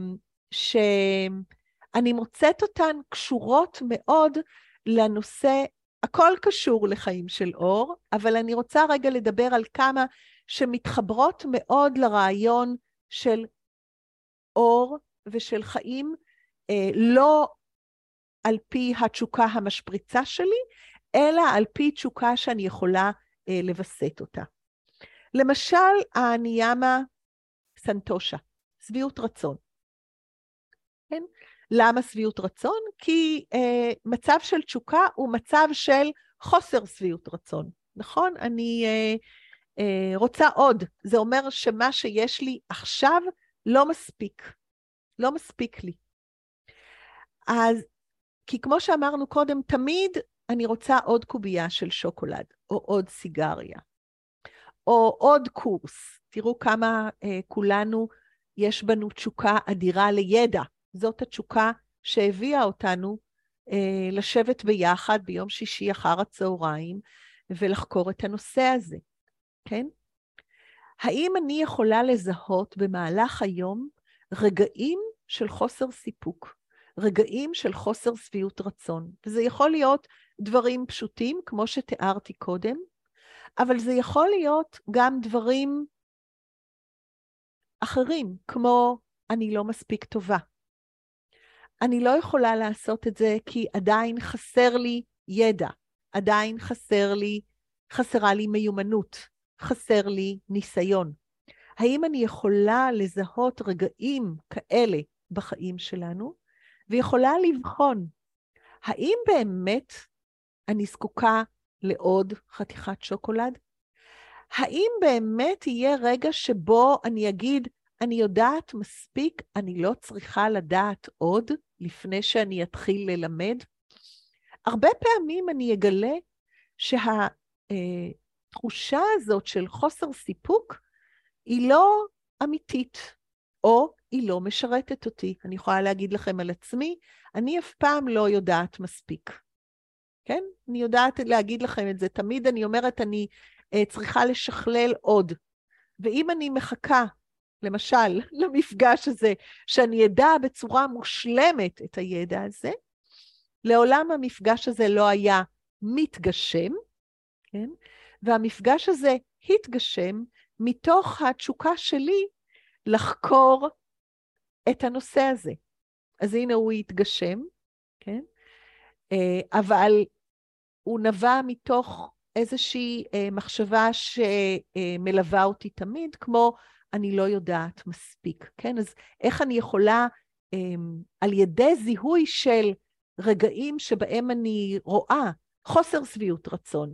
A: שאני מוצאת אותן קשורות מאוד לנושא, הכל קשור לחיים של אור, אבל אני רוצה רגע לדבר על כמה שמתחברות מאוד לרעיון של אור ושל חיים, לא על פי התשוקה המשפריצה שלי, אלא על פי תשוקה שאני יכולה לבסט אותה. למשל, הניימה סנטושה, שביעות רצון. כן? למה שביעות רצון? כי אה, מצב של תשוקה הוא מצב של חוסר שביעות רצון, נכון? אני אה, אה, רוצה עוד. זה אומר שמה שיש לי עכשיו לא מספיק. לא מספיק לי. אז, כי כמו שאמרנו קודם, תמיד אני רוצה עוד קובייה של שוקולד, או עוד סיגריה, או עוד קורס. תראו כמה אה, כולנו, יש בנו תשוקה אדירה לידע. זאת התשוקה שהביאה אותנו אה, לשבת ביחד ביום שישי אחר הצהריים, ולחקור את הנושא הזה, כן? האם אני יכולה לזהות במהלך היום רגעים של חוסר סיפוק, רגעים של חוסר שביעות רצון? וזה יכול להיות דברים פשוטים, כמו שתיארתי קודם, אבל זה יכול להיות גם דברים אחרים, כמו אני לא מספיק טובה. אני לא יכולה לעשות את זה כי עדיין חסר לי ידע, עדיין חסר לי, חסרה לי מיומנות, חסר לי ניסיון. האם אני יכולה לזהות רגעים כאלה בחיים שלנו, ויכולה לבחון, האם באמת אני זקוקה לעוד חתיכת שוקולד? האם באמת יהיה רגע שבו אני אגיד, אני יודעת מספיק, אני לא צריכה לדעת עוד לפני שאני אתחיל ללמד? הרבה פעמים אני אגלה שהתחושה הזאת של חוסר סיפוק היא לא אמיתית, או היא לא משרתת אותי. אני יכולה להגיד לכם על עצמי, אני אף פעם לא יודעת מספיק. כן? אני יודעת להגיד לכם את זה. תמיד אני אומרת, אני uh, צריכה לשכלל עוד. ואם אני מחכה, למשל, למפגש הזה, שאני אדע בצורה מושלמת את הידע הזה, לעולם המפגש הזה לא היה מתגשם, כן? והמפגש הזה התגשם מתוך התשוקה שלי לחקור את הנושא הזה. אז הנה הוא התגשם, כן? אבל הוא נבע מתוך איזושהי מחשבה שמלווה אותי תמיד, כמו אני לא יודעת מספיק, כן? אז איך אני יכולה, על ידי זיהוי של רגעים שבהם אני רואה חוסר שביעות רצון,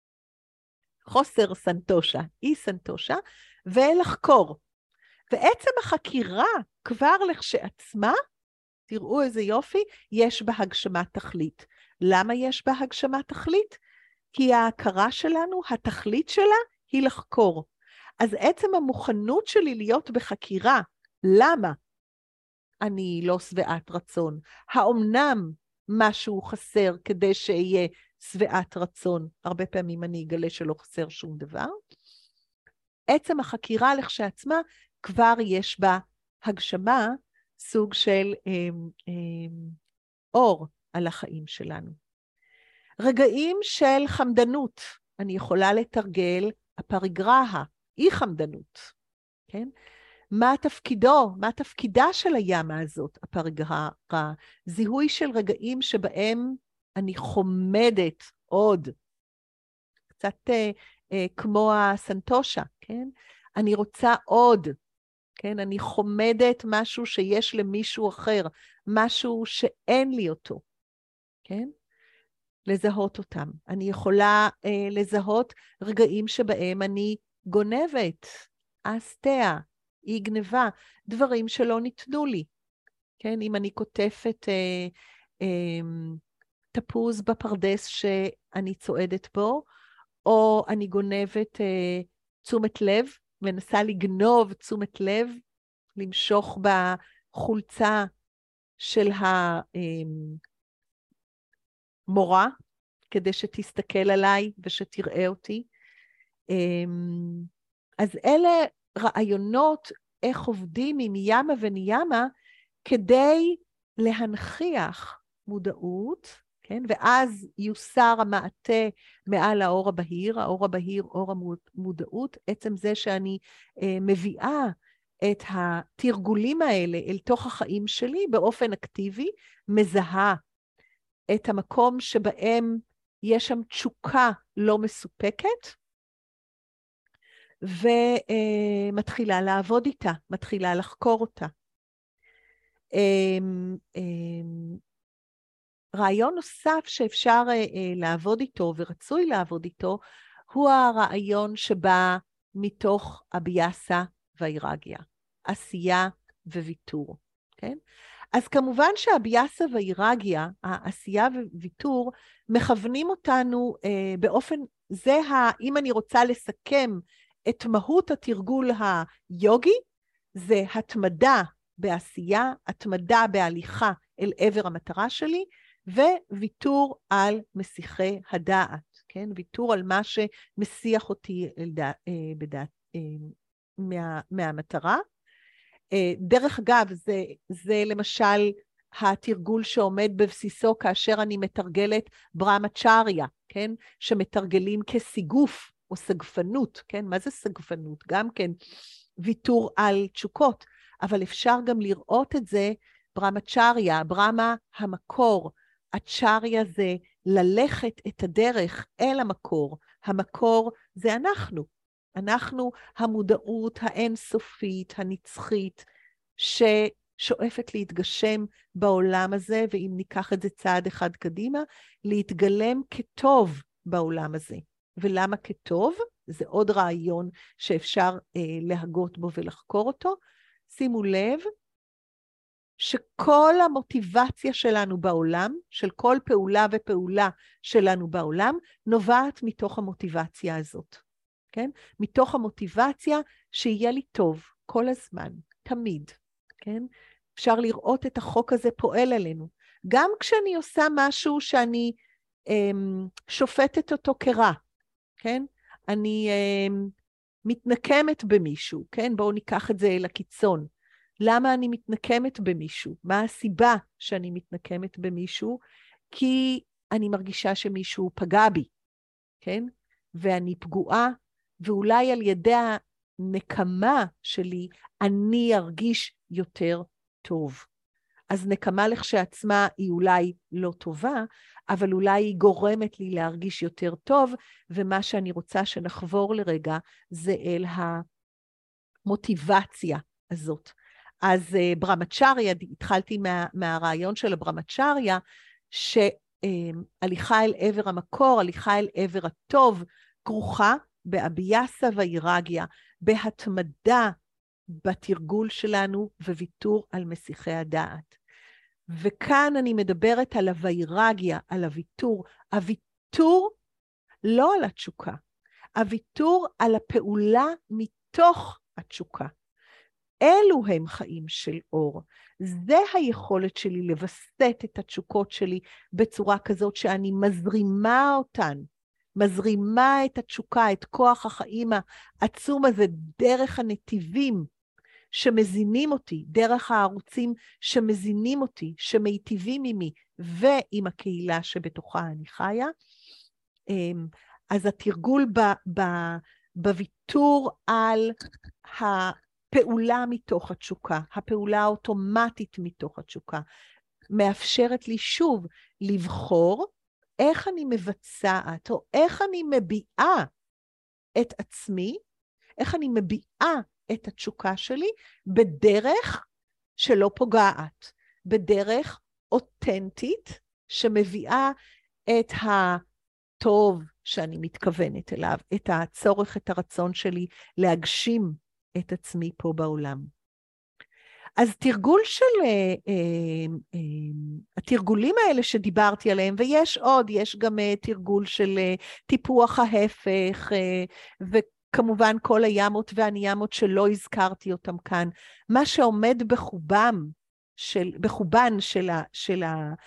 A: חוסר סנטושה, אי סנטושה, ולחקור. ועצם החקירה כבר לכשעצמה, תראו איזה יופי, יש בה הגשמת תכלית. למה יש בה הגשמת תכלית? כי ההכרה שלנו, התכלית שלה, היא לחקור. אז עצם המוכנות שלי להיות בחקירה, למה אני לא שבעת רצון? האומנם משהו חסר כדי שיהיה שבעת רצון? הרבה פעמים אני אגלה שלא חסר שום דבר. עצם החקירה לכשעצמה, כבר יש בה הגשמה, סוג של אה, אה, אור על החיים שלנו. רגעים של חמדנות, אני יכולה לתרגל הפריגרהה, אי חמדנות, כן? מה תפקידו, מה תפקידה של הימה הזאת, הפריגרהה? זיהוי של רגעים שבהם אני חומדת עוד, קצת אה, אה, כמו הסנטושה, כן? אני רוצה עוד, כן? אני חומדת משהו שיש למישהו אחר, משהו שאין לי אותו, כן? לזהות אותם. אני יכולה אה, לזהות רגעים שבהם אני גונבת, אסתיה, היא גנבה, דברים שלא ניתנו לי, כן? אם אני כותפת אה, אה, תפוז בפרדס שאני צועדת בו, או אני גונבת אה, תשומת לב, מנסה לגנוב תשומת לב, למשוך בחולצה של המורה, כדי שתסתכל עליי ושתראה אותי. אז אלה רעיונות איך עובדים עם ימה וניימה, כדי להנכיח מודעות, כן? ואז יוסר המעטה מעל האור הבהיר, האור הבהיר, אור המודעות, עצם זה שאני אה, מביאה את התרגולים האלה אל תוך החיים שלי באופן אקטיבי, מזהה את המקום שבהם יש שם תשוקה לא מסופקת, ומתחילה לעבוד איתה, מתחילה לחקור אותה. רעיון נוסף שאפשר לעבוד איתו ורצוי לעבוד איתו, הוא הרעיון שבא מתוך הביאסה והאירגיה, עשייה וויתור, כן? אז כמובן שהביאסה והאירגיה, העשייה וויתור, מכוונים אותנו אה, באופן, זה ה, אם אני רוצה לסכם את מהות התרגול היוגי, זה התמדה בעשייה, התמדה בהליכה אל עבר המטרה שלי, וויתור על מסיחי הדעת, כן? ויתור על מה שמסיח אותי אל דע, אה, בדעת, אה, מה, מהמטרה. אה, דרך אגב, זה, זה למשל התרגול שעומד בבסיסו כאשר אני מתרגלת ברהמצ'ריה, כן? שמתרגלים כסיגוף או סגפנות, כן? מה זה סגפנות? גם כן ויתור על תשוקות, אבל אפשר גם לראות את זה ברהמצ'ריה, ברהמה המקור, הצ'ריה זה ללכת את הדרך אל המקור, המקור זה אנחנו, אנחנו המודעות האינסופית, הנצחית, ששואפת להתגשם בעולם הזה, ואם ניקח את זה צעד אחד קדימה, להתגלם כטוב בעולם הזה. ולמה כטוב? זה עוד רעיון שאפשר אה, להגות בו ולחקור אותו. שימו לב, שכל המוטיבציה שלנו בעולם, של כל פעולה ופעולה שלנו בעולם, נובעת מתוך המוטיבציה הזאת. כן? מתוך המוטיבציה שיהיה לי טוב כל הזמן, תמיד. כן? אפשר לראות את החוק הזה פועל עלינו. גם כשאני עושה משהו שאני אמ, שופטת אותו כרע, כן? אני אמ, מתנקמת במישהו, כן? בואו ניקח את זה אל הקיצון. למה אני מתנקמת במישהו? מה הסיבה שאני מתנקמת במישהו? כי אני מרגישה שמישהו פגע בי, כן? ואני פגועה, ואולי על ידי הנקמה שלי אני ארגיש יותר טוב. אז נקמה לכשעצמה היא אולי לא טובה, אבל אולי היא גורמת לי להרגיש יותר טוב, ומה שאני רוצה שנחבור לרגע זה אל המוטיבציה הזאת. אז uh, ברהמצ'ריה, התחלתי מה, מהרעיון של הברהמצ'ריה, שהליכה אל עבר המקור, הליכה אל עבר הטוב, כרוכה באביאסה ואירגיה, בהתמדה בתרגול שלנו וויתור על מסיחי הדעת. וכאן אני מדברת על הווירגיה, על הוויתור. הוויתור לא על התשוקה, הוויתור על הפעולה מתוך התשוקה. אלו הם חיים של אור. זה היכולת שלי לבסט את התשוקות שלי בצורה כזאת שאני מזרימה אותן, מזרימה את התשוקה, את כוח החיים העצום הזה, דרך הנתיבים שמזינים אותי, דרך הערוצים שמזינים אותי, שמיטיבים עמי ועם הקהילה שבתוכה אני חיה. אז התרגול ב, ב, בוויתור על הפעולה מתוך התשוקה, הפעולה האוטומטית מתוך התשוקה, מאפשרת לי שוב לבחור איך אני מבצעת, או איך אני מביעה את עצמי, איך אני מביעה את התשוקה שלי, בדרך שלא פוגעת, בדרך אותנטית, שמביאה את הטוב שאני מתכוונת אליו, את הצורך, את הרצון שלי להגשים את עצמי פה בעולם. אז תרגול של, אה, אה, אה, התרגולים האלה שדיברתי עליהם, ויש עוד, יש גם אה, תרגול של אה, טיפוח ההפך, אה, וכמובן כל הימות והניאמות שלא הזכרתי אותם כאן, מה שעומד בחובם, של, בחובן של, ה, של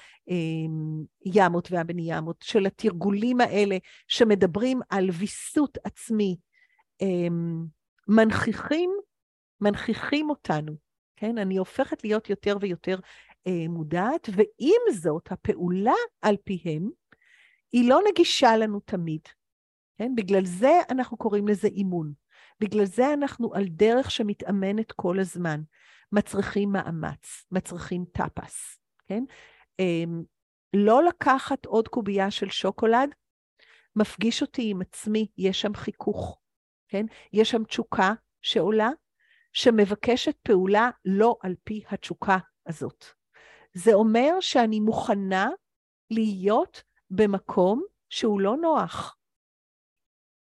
A: הימות והבניאמות, של התרגולים האלה שמדברים על ויסות עצמי, אה, מנכיחים, מנכיחים אותנו. כן? אני הופכת להיות יותר ויותר אה, מודעת, ועם זאת, הפעולה על פיהם, היא לא נגישה לנו תמיד. כן? בגלל זה אנחנו קוראים לזה אימון. בגלל זה אנחנו על דרך שמתאמנת כל הזמן. מצריכים מאמץ, מצריכים טאפס. כן? אה, לא לקחת עוד קובייה של שוקולד, מפגיש אותי עם עצמי, יש שם חיכוך. כן? יש שם תשוקה שעולה, שמבקשת פעולה לא על פי התשוקה הזאת. זה אומר שאני מוכנה להיות במקום שהוא לא נוח.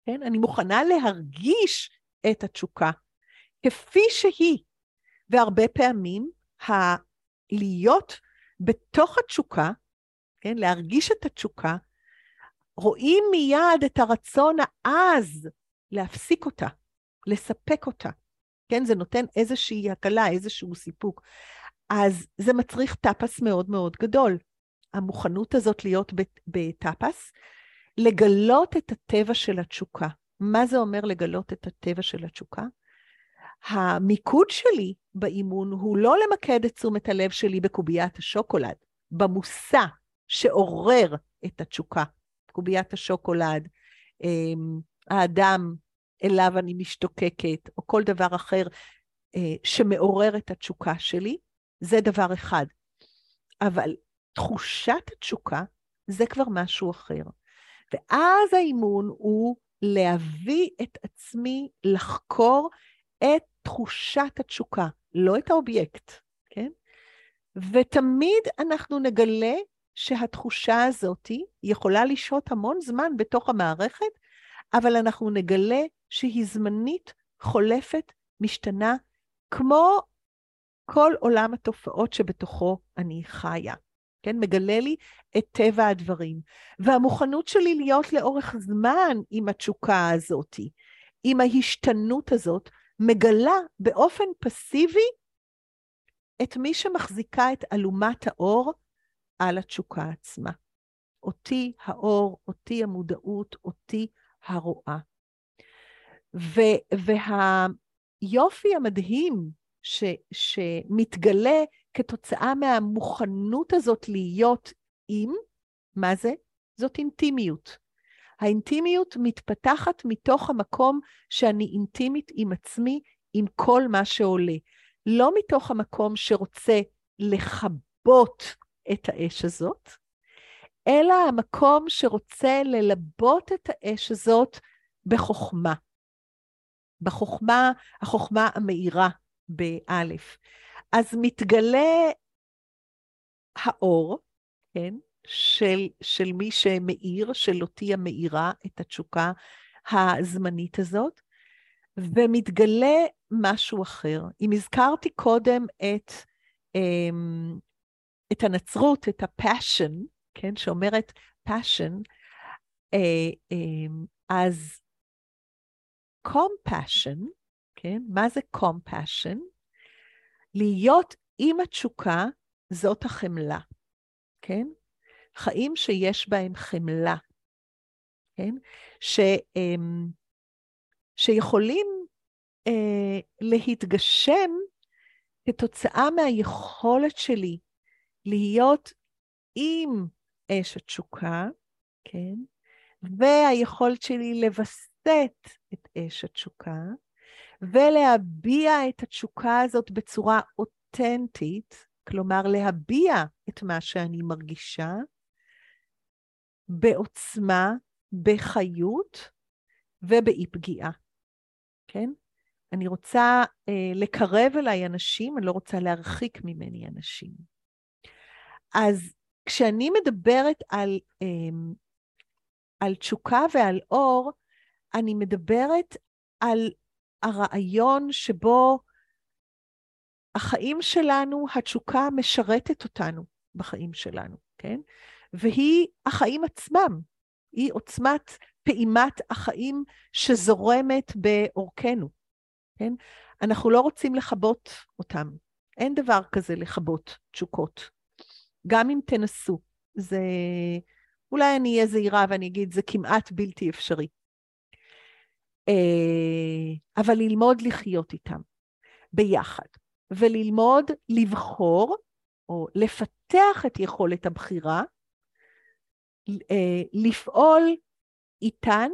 A: כן? אני מוכנה להרגיש את התשוקה כפי שהיא, והרבה פעמים ה- להיות בתוך התשוקה, כן? להרגיש את התשוקה, רואים מיד את הרצון העז להפסיק אותה, לספק אותה. כן? זה נותן איזושהי הקלה, איזשהו סיפוק. אז זה מצריך טאפס מאוד מאוד גדול. המוכנות הזאת להיות בטאפס, לגלות את הטבע של התשוקה. מה זה אומר לגלות את הטבע של התשוקה? המיקוד שלי באימון הוא לא למקד את תשומת הלב שלי בקוביית השוקולד, במושא שעורר את התשוקה. קוביית השוקולד, האדם אליו אני משתוקקת, או כל דבר אחר שמעורר את התשוקה שלי, זה דבר אחד. אבל תחושת התשוקה זה כבר משהו אחר. ואז האימון הוא להביא את עצמי לחקור את תחושת התשוקה, לא את האובייקט, כן? ותמיד אנחנו נגלה שהתחושה הזאת יכולה לשהות המון זמן בתוך המערכת, אבל אנחנו נגלה שהיא זמנית, חולפת, משתנה, כמו כל עולם התופעות שבתוכו אני חיה. כן, מגלה לי את טבע הדברים. והמוכנות שלי להיות לאורך זמן עם התשוקה הזאת, עם ההשתנות הזאת, מגלה באופן פסיבי את מי שמחזיקה את אלומת האור על התשוקה עצמה. אותי האור, אותי המודעות, אותי הרואה. והיופי המדהים ש, שמתגלה כתוצאה מהמוכנות הזאת להיות עם, מה זה? זאת אינטימיות. האינטימיות מתפתחת מתוך המקום שאני אינטימית עם עצמי, עם כל מה שעולה. לא מתוך המקום שרוצה לכבות את האש הזאת, אלא המקום שרוצה ללבות את האש הזאת בחוכמה. בחוכמה, החוכמה המאירה באלף. אז מתגלה האור, כן? של, של מי שמאיר, של אותי המאירה את התשוקה הזמנית הזאת, ומתגלה משהו אחר. אם הזכרתי קודם את, את הנצרות, את הפאשן, כן? שאומרת passion, אז compassion, כן? מה זה compassion? להיות עם התשוקה זאת החמלה, כן? חיים שיש בהם חמלה, כן? ש, שיכולים אה, להתגשם כתוצאה מהיכולת שלי להיות עם אש התשוקה, כן? והיכולת שלי לבסט את אש התשוקה, ולהביע את התשוקה הזאת בצורה אותנטית, כלומר להביע את מה שאני מרגישה, בעוצמה, בחיות ובאי פגיעה, כן? אני רוצה אה, לקרב אליי אנשים, אני לא רוצה להרחיק ממני אנשים. אז כשאני מדברת על, אה, על תשוקה ועל אור, אני מדברת על הרעיון שבו החיים שלנו, התשוקה משרתת אותנו בחיים שלנו, כן? והיא החיים עצמם, היא עוצמת פעימת החיים שזורמת באורכנו, כן? אנחנו לא רוצים לחבות אותם, אין דבר כזה לחבות תשוקות, גם אם תנסו, זה, אולי אני אהיה זהירה ואני אגיד, זה כמעט בלתי אפשרי. אבל ללמוד לחיות איתם ביחד, וללמוד לבחור, או לפתח את יכולת הבחירה, לפעול איתן,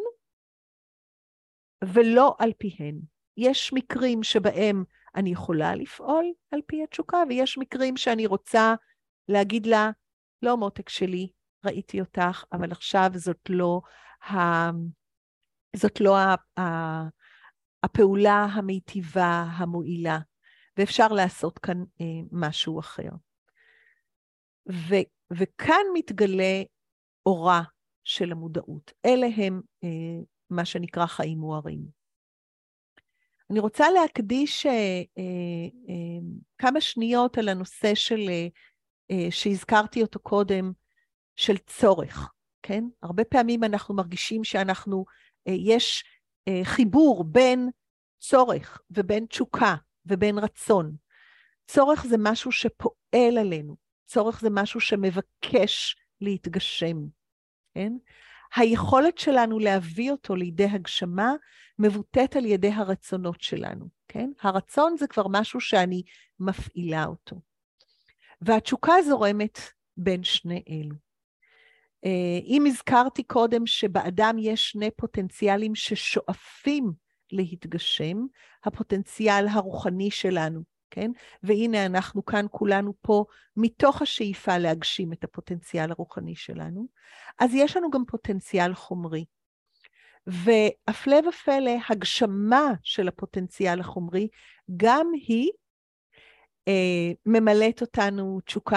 A: ולא על פיהן. יש מקרים שבהם אני יכולה לפעול על פי התשוקה, ויש מקרים שאני רוצה להגיד לה, לא מותק שלי, ראיתי אותך, אבל עכשיו זאת לא, ה... זאת לא ה... הפעולה המיטיבה, המועילה, ואפשר לעשות כאן אה, משהו אחר. ו... וכאן מתגלה אורה של המודעות. אלה הם אה, מה שנקרא חיים מוארים. אני רוצה להקדיש אה, אה, אה, כמה שניות על הנושא של, אה, אה, שהזכרתי אותו קודם, של צורך, כן? הרבה פעמים אנחנו מרגישים שאנחנו, אה, יש אה, חיבור בין צורך ובין תשוקה ובין רצון. צורך זה משהו שפועל עלינו, צורך זה משהו שמבקש להתגשם, כן? היכולת שלנו להביא אותו לידי הגשמה מבוטאת על ידי הרצונות שלנו, כן? הרצון זה כבר משהו שאני מפעילה אותו. והתשוקה זורמת בין שני אלו. אם הזכרתי קודם שבאדם יש שני פוטנציאלים ששואפים להתגשם, הפוטנציאל הרוחני שלנו, כן? והנה אנחנו כאן כולנו פה מתוך השאיפה להגשים את הפוטנציאל הרוחני שלנו, אז יש לנו גם פוטנציאל חומרי. והפלא ופלא, הגשמה של הפוטנציאל החומרי, גם היא אה, ממלאת אותנו תשוקה,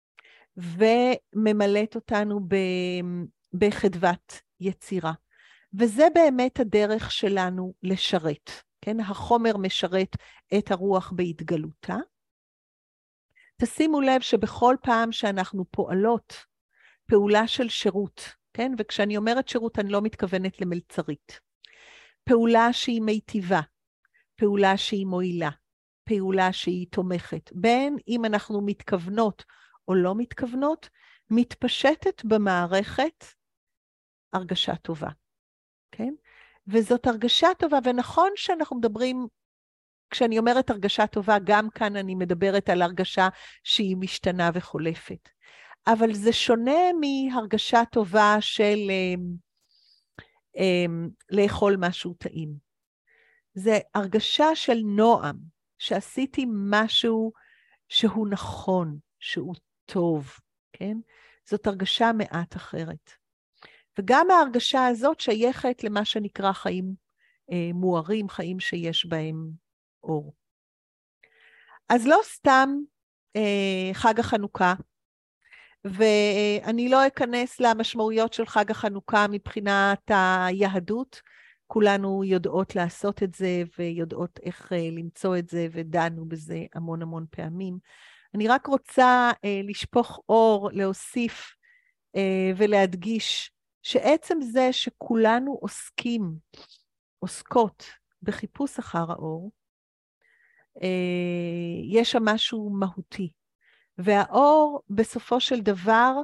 A: וממלאת אותנו ב, בחדוות יצירה. וזה באמת הדרך שלנו לשרת. כן? החומר משרת את הרוח בהתגלותה. תשימו לב שבכל פעם שאנחנו פועלות פעולה של שירות, כן? וכשאני אומרת שירות אני לא מתכוונת למלצרית. פעולה שהיא מיטיבה, פעולה שהיא מועילה, פעולה שהיא תומכת. בין אם אנחנו מתכוונות או לא מתכוונות, מתפשטת במערכת הרגשה טובה. כן? וזאת הרגשה טובה, ונכון שאנחנו מדברים, כשאני אומרת הרגשה טובה, גם כאן אני מדברת על הרגשה שהיא משתנה וחולפת. אבל זה שונה מהרגשה טובה של אה, אה, לאכול משהו טעים. זה הרגשה של נועם, שעשיתי משהו שהוא נכון, שהוא טוב, כן? זאת הרגשה מעט אחרת. וגם ההרגשה הזאת שייכת למה שנקרא חיים אה, מוארים, חיים שיש בהם אור. אז לא סתם אה, חג החנוכה, ואני לא אכנס למשמעויות של חג החנוכה מבחינת היהדות, כולנו יודעות לעשות את זה ויודעות איך אה, למצוא את זה, ודנו בזה המון המון פעמים. אני רק רוצה אה, לשפוך אור, להוסיף אה, ולהדגיש, שעצם זה שכולנו עוסקים, עוסקות בחיפוש אחר האור, יש שם משהו מהותי. והאור בסופו של דבר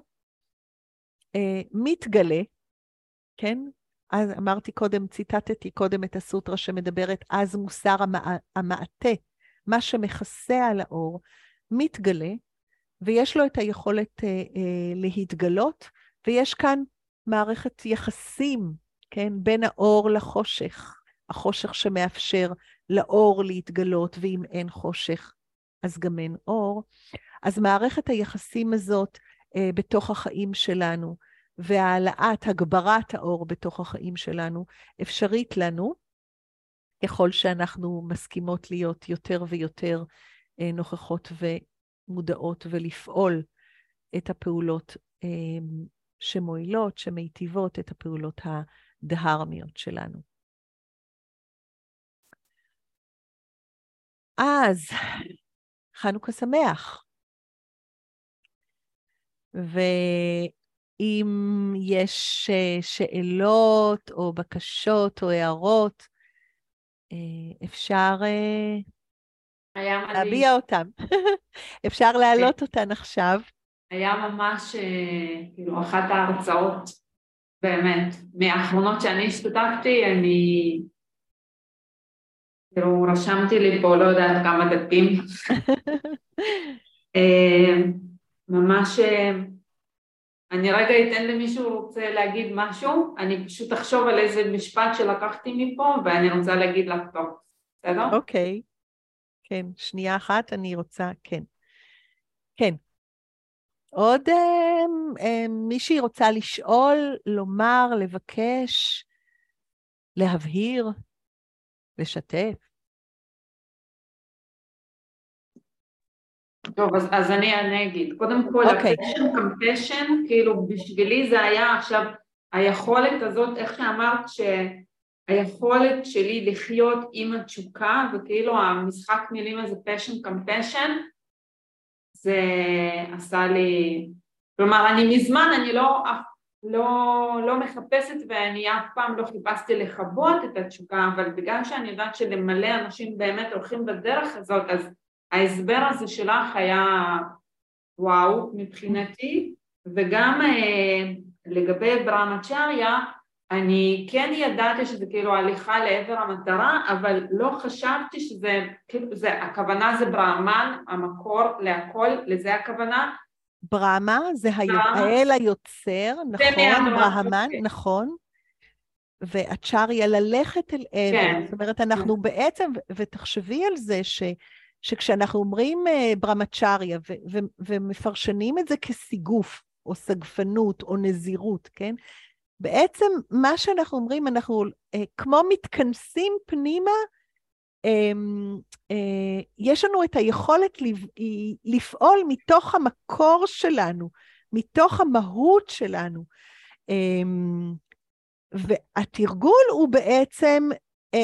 A: מתגלה, כן? אז אמרתי קודם, ציטטתי קודם את הסוטרה שמדברת, אז מוסר המעטה, מה שמכסה על האור, מתגלה, ויש לו את היכולת להתגלות, ויש כאן מערכת יחסים, כן, בין האור לחושך, החושך שמאפשר לאור להתגלות, ואם אין חושך, אז גם אין אור. אז מערכת היחסים הזאת אה, בתוך החיים שלנו, והעלאת, הגברת האור בתוך החיים שלנו, אפשרית לנו, ככל שאנחנו מסכימות להיות יותר ויותר אה, נוכחות ומודעות, ולפעול את הפעולות אה, שמועילות, שמיטיבות את הפעולות הדהרמיות שלנו. אז, חנוכה שמח. ואם יש שאלות או בקשות או הערות, אפשר להביע אותם. אפשר להעלות אותן עכשיו.
B: היה ממש, כאילו, אחת ההרצאות, באמת, מהאחרונות שאני השתתפתי, אני, כאילו, רשמתי לי פה, לא יודעת כמה דפים. ממש, אני רגע אתן למישהו רוצה להגיד משהו, אני פשוט אחשוב על איזה משפט שלקחתי מפה, ואני רוצה להגיד לך טוב, בסדר?
A: אוקיי, כן, שנייה אחת, אני רוצה, כן. כן. עוד אה, אה, מישהי רוצה לשאול, לומר, לבקש, להבהיר, לשתף?
B: טוב, אז, אז אני, אני אגיד. קודם כל,
A: אוקיי.
B: הפשן קמפשן, כאילו בשבילי זה היה עכשיו, היכולת הזאת, איך שאמרת, היכולת שלי לחיות עם התשוקה, וכאילו המשחק מילים הזה passion compassion, זה עשה לי, כלומר אני מזמן, אני לא, לא, לא מחפשת ואני אף פעם לא חיפשתי לחבות את התשוקה, אבל בגלל שאני יודעת שלמלא אנשים באמת הולכים בדרך הזאת, אז ההסבר הזה שלך היה וואו מבחינתי, וגם אה, לגבי ברהמצ'ריה, אני כן ידעתי שזה כאילו הליכה לעבר המטרה, אבל לא חשבתי שזה, כאילו, זה, הכוונה זה ברהמן, המקור להכל, לזה הכוונה.
A: ברהמה זה האל היוצר, נכון, ברהמן,
B: okay.
A: נכון, והצ'ריה ללכת אל עבר.
B: כן.
A: זאת אומרת, אנחנו כן. בעצם, ותחשבי על זה ש, שכשאנחנו אומרים uh, ברהמצ'ריה, ו, ו, ומפרשנים את זה כסיגוף, או סגפנות, או נזירות, כן? בעצם מה שאנחנו אומרים, אנחנו uh, כמו מתכנסים פנימה, um, uh, יש לנו את היכולת לפ, לפעול מתוך המקור שלנו, מתוך המהות שלנו. Um, והתרגול הוא בעצם uh,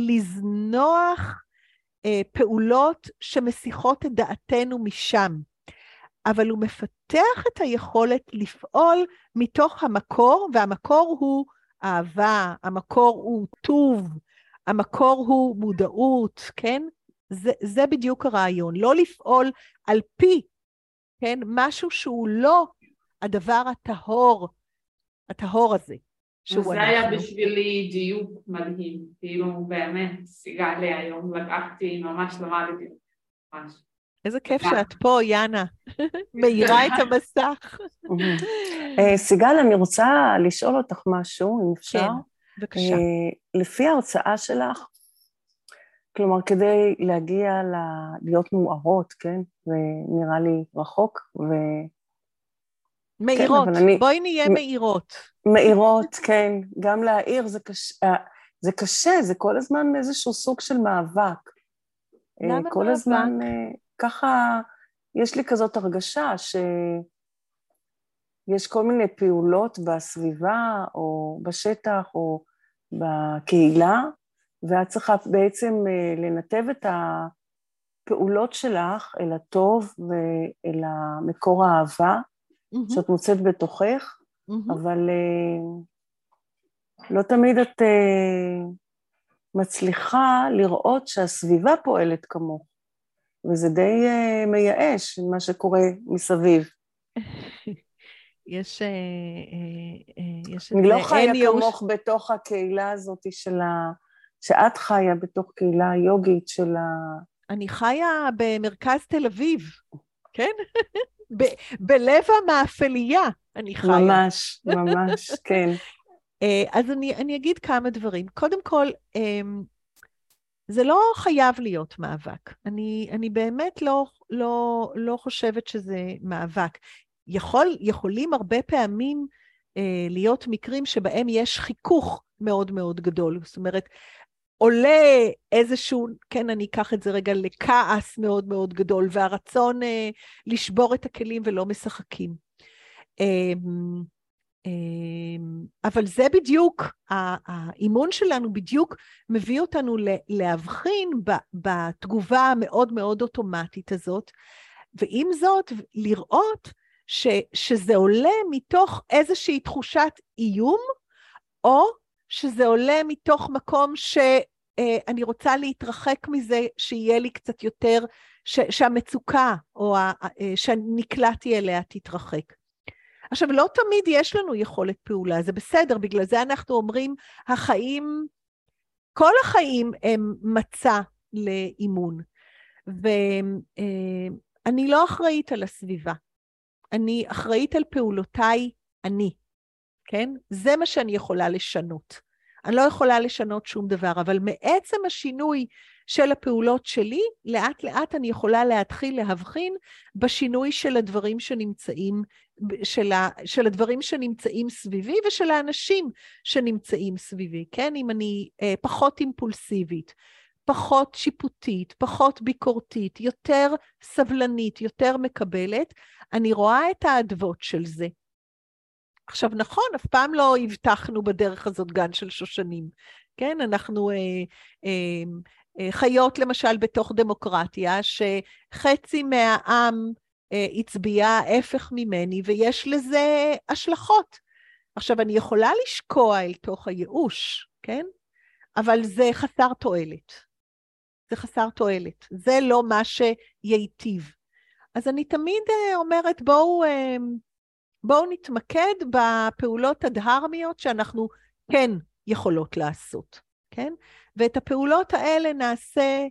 A: לזנוח uh, פעולות שמסיחות את דעתנו משם. אבל הוא מפתח את היכולת לפעול מתוך המקור, והמקור הוא אהבה, המקור הוא טוב, המקור הוא מודעות, כן? זה, זה בדיוק הרעיון, לא לפעול על פי, כן? משהו שהוא לא הדבר הטהור, הטהור הזה.
B: זה אנחנו. היה בשבילי דיוק מדהים, כאילו באמת, סיגל לי היום, לקחתי, ממש למדתי, ממש.
A: איזה כיף שאת פה, יאנה, מאירה את המסך.
C: סיגל, אני רוצה לשאול אותך משהו, אם אפשר.
A: כן, בבקשה.
C: לפי ההרצאה שלך, כלומר, כדי להגיע להיות מוארות, כן? ונראה לי רחוק, ו...
A: מאירות, בואי נהיה מאירות.
C: מאירות, כן. גם להעיר זה קשה, זה כל הזמן איזשהו סוג של מאבק.
A: למה מאבק?
C: כל הזמן... ככה, יש לי כזאת הרגשה שיש כל מיני פעולות בסביבה, או בשטח, או בקהילה, ואת צריכה בעצם לנתב את הפעולות שלך אל הטוב ואל המקור האהבה, mm-hmm. שאת מוצאת בתוכך, mm-hmm. אבל לא תמיד את מצליחה לראות שהסביבה פועלת כמוך. וזה די uh, מייאש, מה שקורה מסביב.
A: יש... Uh, uh, uh, יש
C: אני לא חיה כמוך ש... בתוך הקהילה הזאת של ה... שאת חיה בתוך קהילה יוגית של ה...
A: אני חיה במרכז תל אביב, כן? ב- בלב המאפליה אני חיה.
C: ממש, ממש, כן.
A: uh, אז אני, אני אגיד כמה דברים. קודם כל, um, זה לא חייב להיות מאבק. אני, אני באמת לא, לא, לא חושבת שזה מאבק. יכול, יכולים הרבה פעמים אה, להיות מקרים שבהם יש חיכוך מאוד מאוד גדול. זאת אומרת, עולה איזשהו, כן, אני אקח את זה רגע לכעס מאוד מאוד גדול, והרצון אה, לשבור את הכלים ולא משחקים. אה, אבל זה בדיוק, האימון שלנו בדיוק מביא אותנו להבחין בתגובה המאוד מאוד אוטומטית הזאת, ועם זאת לראות ש, שזה עולה מתוך איזושהי תחושת איום, או שזה עולה מתוך מקום שאני רוצה להתרחק מזה, שיהיה לי קצת יותר, ש, שהמצוקה או שנקלעתי אליה תתרחק. עכשיו, לא תמיד יש לנו יכולת פעולה, זה בסדר, בגלל זה אנחנו אומרים, החיים, כל החיים הם מצע לאימון, ואני לא אחראית על הסביבה, אני אחראית על פעולותיי אני, כן? זה מה שאני יכולה לשנות. אני לא יכולה לשנות שום דבר, אבל מעצם השינוי של הפעולות שלי, לאט לאט אני יכולה להתחיל להבחין בשינוי של הדברים שנמצאים, של, ה, של הדברים שנמצאים סביבי ושל האנשים שנמצאים סביבי, כן? אם אני אה, פחות אימפולסיבית, פחות שיפוטית, פחות ביקורתית, יותר סבלנית, יותר מקבלת, אני רואה את העדבות של זה. עכשיו נכון, אף פעם לא הבטחנו בדרך הזאת גן של שושנים, כן? אנחנו אה, אה, אה, חיות למשל בתוך דמוקרטיה, שחצי מהעם אה, הצביע ההפך ממני, ויש לזה השלכות. עכשיו, אני יכולה לשקוע אל תוך הייאוש, כן? אבל זה חסר תועלת. זה חסר תועלת. זה לא מה שייטיב. אז אני תמיד אומרת, בואו, בואו נתמקד בפעולות הדהרמיות שאנחנו כן יכולות לעשות, כן? ואת הפעולות האלה נעשה,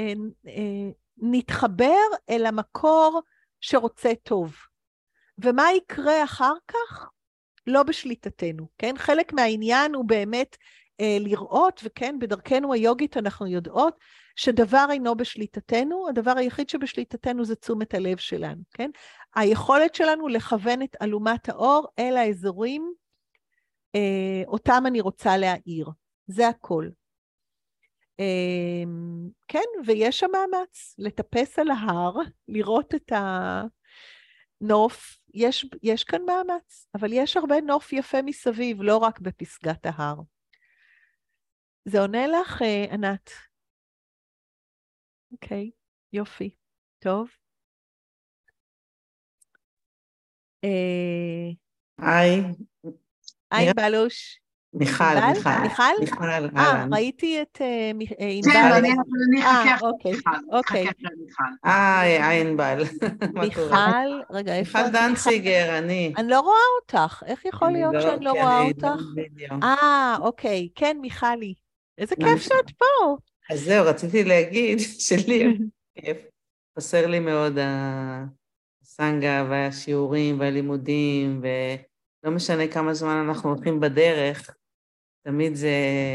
A: נתחבר אל המקור שרוצה טוב. ומה יקרה אחר כך? לא בשליטתנו, כן? חלק מהעניין הוא באמת אה, לראות, וכן, בדרכנו היוגית אנחנו יודעות, שדבר אינו בשליטתנו, הדבר היחיד שבשליטתנו זה תשומת הלב שלנו, כן? היכולת שלנו לכוון את אלומת האור אל האזורים, אה, אותם אני רוצה להאיר. זה הכל. אה, כן, ויש שם מאמץ, לטפס על ההר, לראות את ה... נוף, יש, יש כאן מאמץ, אבל יש הרבה נוף יפה מסביב, לא רק בפסגת ההר. זה עונה לך, ענת? אוקיי, יופי, טוב.
D: היי.
A: היי, בלוש.
D: מיכל, מיכל.
A: מיכל?
D: מיכל,
A: אה, ראיתי את ענבל.
E: כן, אני אחכה אחרי מיכל.
A: אוקיי.
D: אה, ענבל.
A: מיכל, רגע, איפה?
D: מיכל דנציגר, אני.
A: אני לא רואה אותך. איך יכול להיות שאני לא רואה אותך? אה, אוקיי. כן, מיכלי. איזה כיף שאת פה.
D: אז זהו, רציתי להגיד שלי כיף. חסר לי מאוד הסנגה והשיעורים והלימודים, ולא משנה כמה זמן אנחנו הולכים בדרך, תמיד זה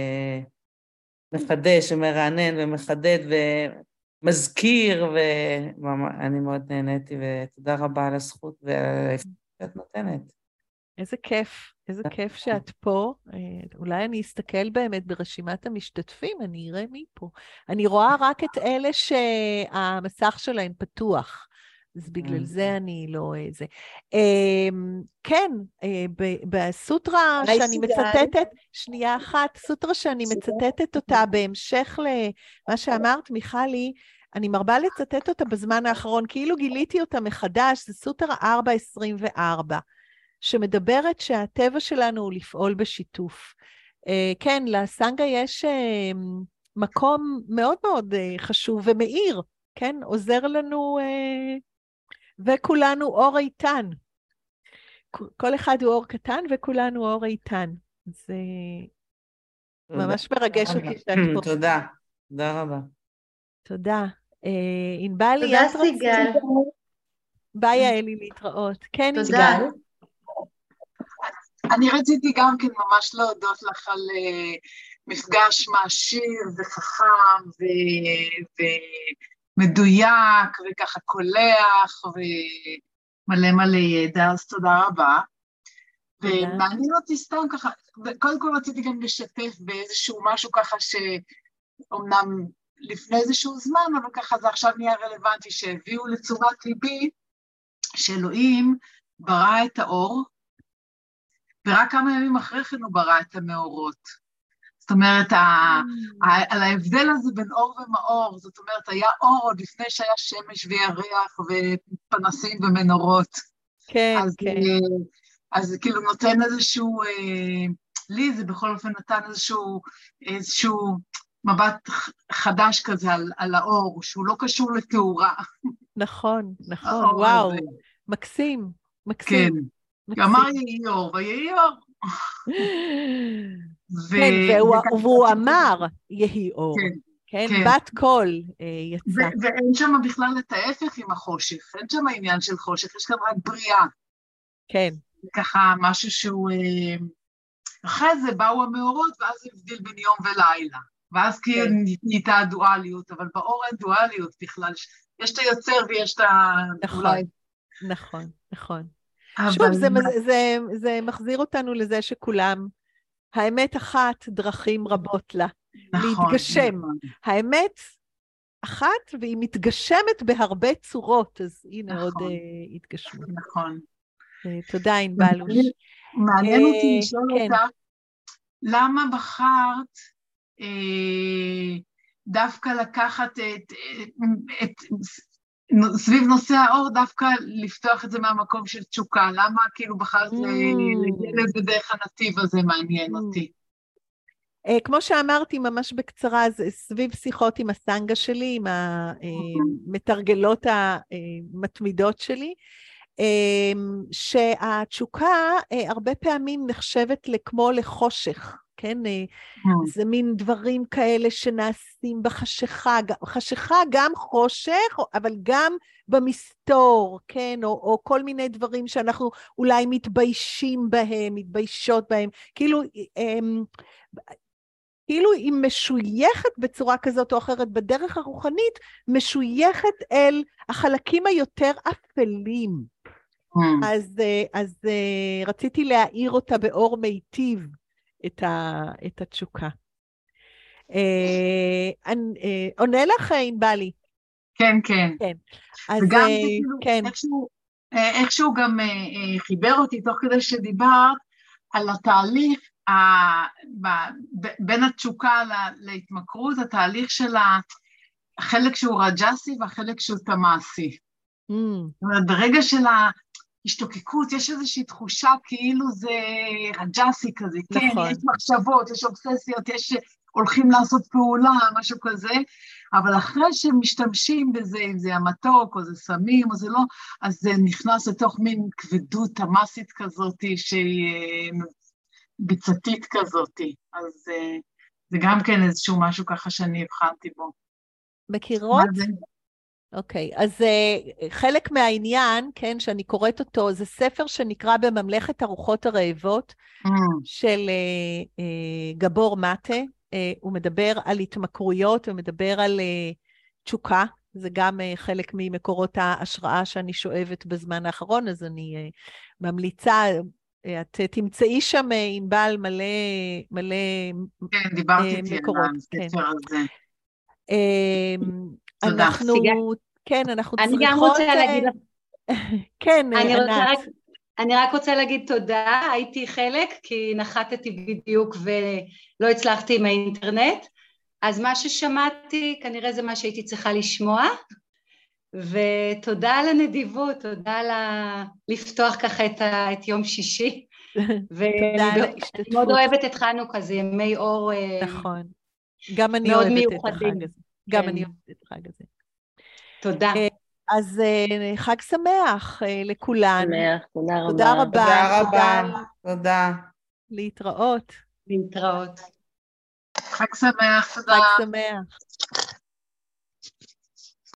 D: מחדש ומרענן ומחדד ומזכיר, ואני מאוד נהניתי, ותודה רבה על הזכות ועל שאת נותנת.
A: איזה כיף, איזה כיף שאת פה. אולי אני אסתכל באמת ברשימת המשתתפים, אני אראה מי פה. אני רואה רק את אלה שהמסך שלהם פתוח, אז בגלל זה אני לא איזה. כן, בסוטרה שאני מצטטת, שנייה אחת, סוטרה שאני מצטטת אותה בהמשך למה שאמרת, מיכלי, אני מרבה לצטט אותה בזמן האחרון, כאילו גיליתי אותה מחדש, זה סוטרה ארבע עשרים וארבע. שמדברת שהטבע שלנו הוא לפעול בשיתוף. כן, לסנגה יש מקום מאוד מאוד חשוב ומאיר, כן? עוזר לנו, וכולנו אור איתן. כל אחד הוא אור קטן וכולנו אור איתן. זה ממש מרגש אותי שאת פה.
D: תודה, תודה רבה.
A: תודה. ענבל,
F: תודה סיגל.
A: ביי אלי להתראות. כן,
F: תודה.
E: אני רציתי גם כן ממש להודות לך על uh, מפגש מעשיר וחכם ו- ומדויק וככה קולח ומלא מלא ידע, אז תודה רבה. ומעניין אותי סתם ככה, קודם כל רציתי גם לשתף באיזשהו משהו ככה שאומנם לפני איזשהו זמן, אבל ככה זה עכשיו נהיה רלוונטי, שהביאו לתשומת ליבי שאלוהים ברא את האור, ורק כמה ימים אחרי כן הוא ברא את המאורות. זאת אומרת, על ההבדל הזה בין אור ומאור, זאת אומרת, היה אור עוד לפני שהיה שמש וירח ופנסים ומנורות.
A: כן, כן.
E: אז כאילו נותן איזשהו, לי זה בכל אופן נתן איזשהו, איזשהו מבט חדש כזה על, על האור, שהוא לא קשור לתאורה.
A: נכון, נכון, וואו, מקסים, מקסים.
E: כן. אמר יהי אור, ויהי אור.
A: כן, והוא אמר יהי אור. כן, בת קול יצא.
E: ואין שם בכלל את ההפך עם החושך, אין שם העניין של חושך, יש כאן רק בריאה.
A: כן.
E: ככה משהו שהוא... אחרי זה באו המאורות, ואז הבדיל בין יום ולילה. ואז כי נהייתה הדואליות, אבל באור אין דואליות בכלל. יש את היוצר ויש את ה...
A: נכון, נכון, נכון. שוב, זה, זה, זה מחזיר אותנו לזה שכולם, האמת אחת, דרכים רבות לה, נכון, להתגשם. נכון. האמת אחת, והיא מתגשמת בהרבה צורות, אז הנה נכון. עוד uh, התגשמות.
E: נכון.
A: Uh, תודה, ענבלוש.
E: מעניין אותי לשאול אותך, למה בחרת דווקא לקחת את, את, סביב נושא האור, דווקא לפתוח את זה מהמקום של תשוקה? למה כאילו בחרת לילד בדרך הנתיב הזה מעניין אותי?
A: כמו שאמרתי ממש בקצרה, זה סביב שיחות עם הסנגה שלי, עם המתרגלות המתמידות שלי, שהתשוקה הרבה פעמים נחשבת כמו לחושך, כן? זה מין דברים כאלה שנעשים בחשיכה, חשיכה גם חושך, אבל גם במסתור, כן? או, או כל מיני דברים שאנחנו אולי מתביישים בהם, מתביישות בהם, כאילו, כאילו היא משויכת בצורה כזאת או אחרת, בדרך הרוחנית, משויכת אל החלקים היותר אפלים. אז, אז רציתי להאיר אותה באור מיטיב, את, ה, את התשוקה. עונה לך, ענבלי?
E: כן, כן.
A: כן. אז,
E: וגם
A: כן.
E: איכשהו, איכשהו גם חיבר אותי, תוך כדי שדיברת, על התהליך, בין התשוקה להתמכרות, התהליך של החלק שהוא רג'סי והחלק שהוא תמאסי. ברגע של ההשתוקקות, יש איזושהי תחושה כאילו זה רג'סי כזה, כן, יש מחשבות, יש אובססיות, יש הולכים לעשות פעולה, משהו כזה, אבל אחרי שמשתמשים בזה, אם זה המתוק או זה סמים או זה לא, אז זה נכנס לתוך מין כבדות תמאסית כזאת שהיא ביצתית כזאת, אז זה גם כן איזשהו משהו ככה שאני הבחנתי בו.
A: מכירות? אוקיי, אז חלק מהעניין, כן, שאני קוראת אותו, זה ספר שנקרא בממלכת הרוחות הרעבות, של גבור מטה, הוא מדבר על התמכרויות, הוא מדבר על תשוקה, זה גם חלק ממקורות ההשראה שאני שואבת בזמן האחרון, אז אני ממליצה, את תמצאי שם ענבל מלא, מלא
E: כן, דיברתי איתי על הספר הזה.
A: אנחנו, כן, אנחנו צריכות...
F: אני גם רוצה להגיד לך...
A: כן, ענת.
F: אני רק רוצה להגיד תודה, הייתי חלק, כי נחתתי בדיוק ולא הצלחתי עם האינטרנט, אז מה ששמעתי, כנראה זה מה שהייתי צריכה לשמוע, ותודה על הנדיבות, תודה על לפתוח ככה את, ה... את יום שישי, ואני מאוד אוהבת את חנוכה, זה ימי אור
A: נכון. גם אני
F: מאוד
A: אוהבת
F: מיוחדים.
A: את החג הזה. גם כן. אני אוהבת את החג הזה.
F: תודה.
A: אז חג שמח לכולן.
C: שמח, תודה רבה.
A: תודה רבה.
D: תודה רבה. תודה.
A: להתראות.
F: להתראות.
E: חג שמח, תודה.
A: חג שמח.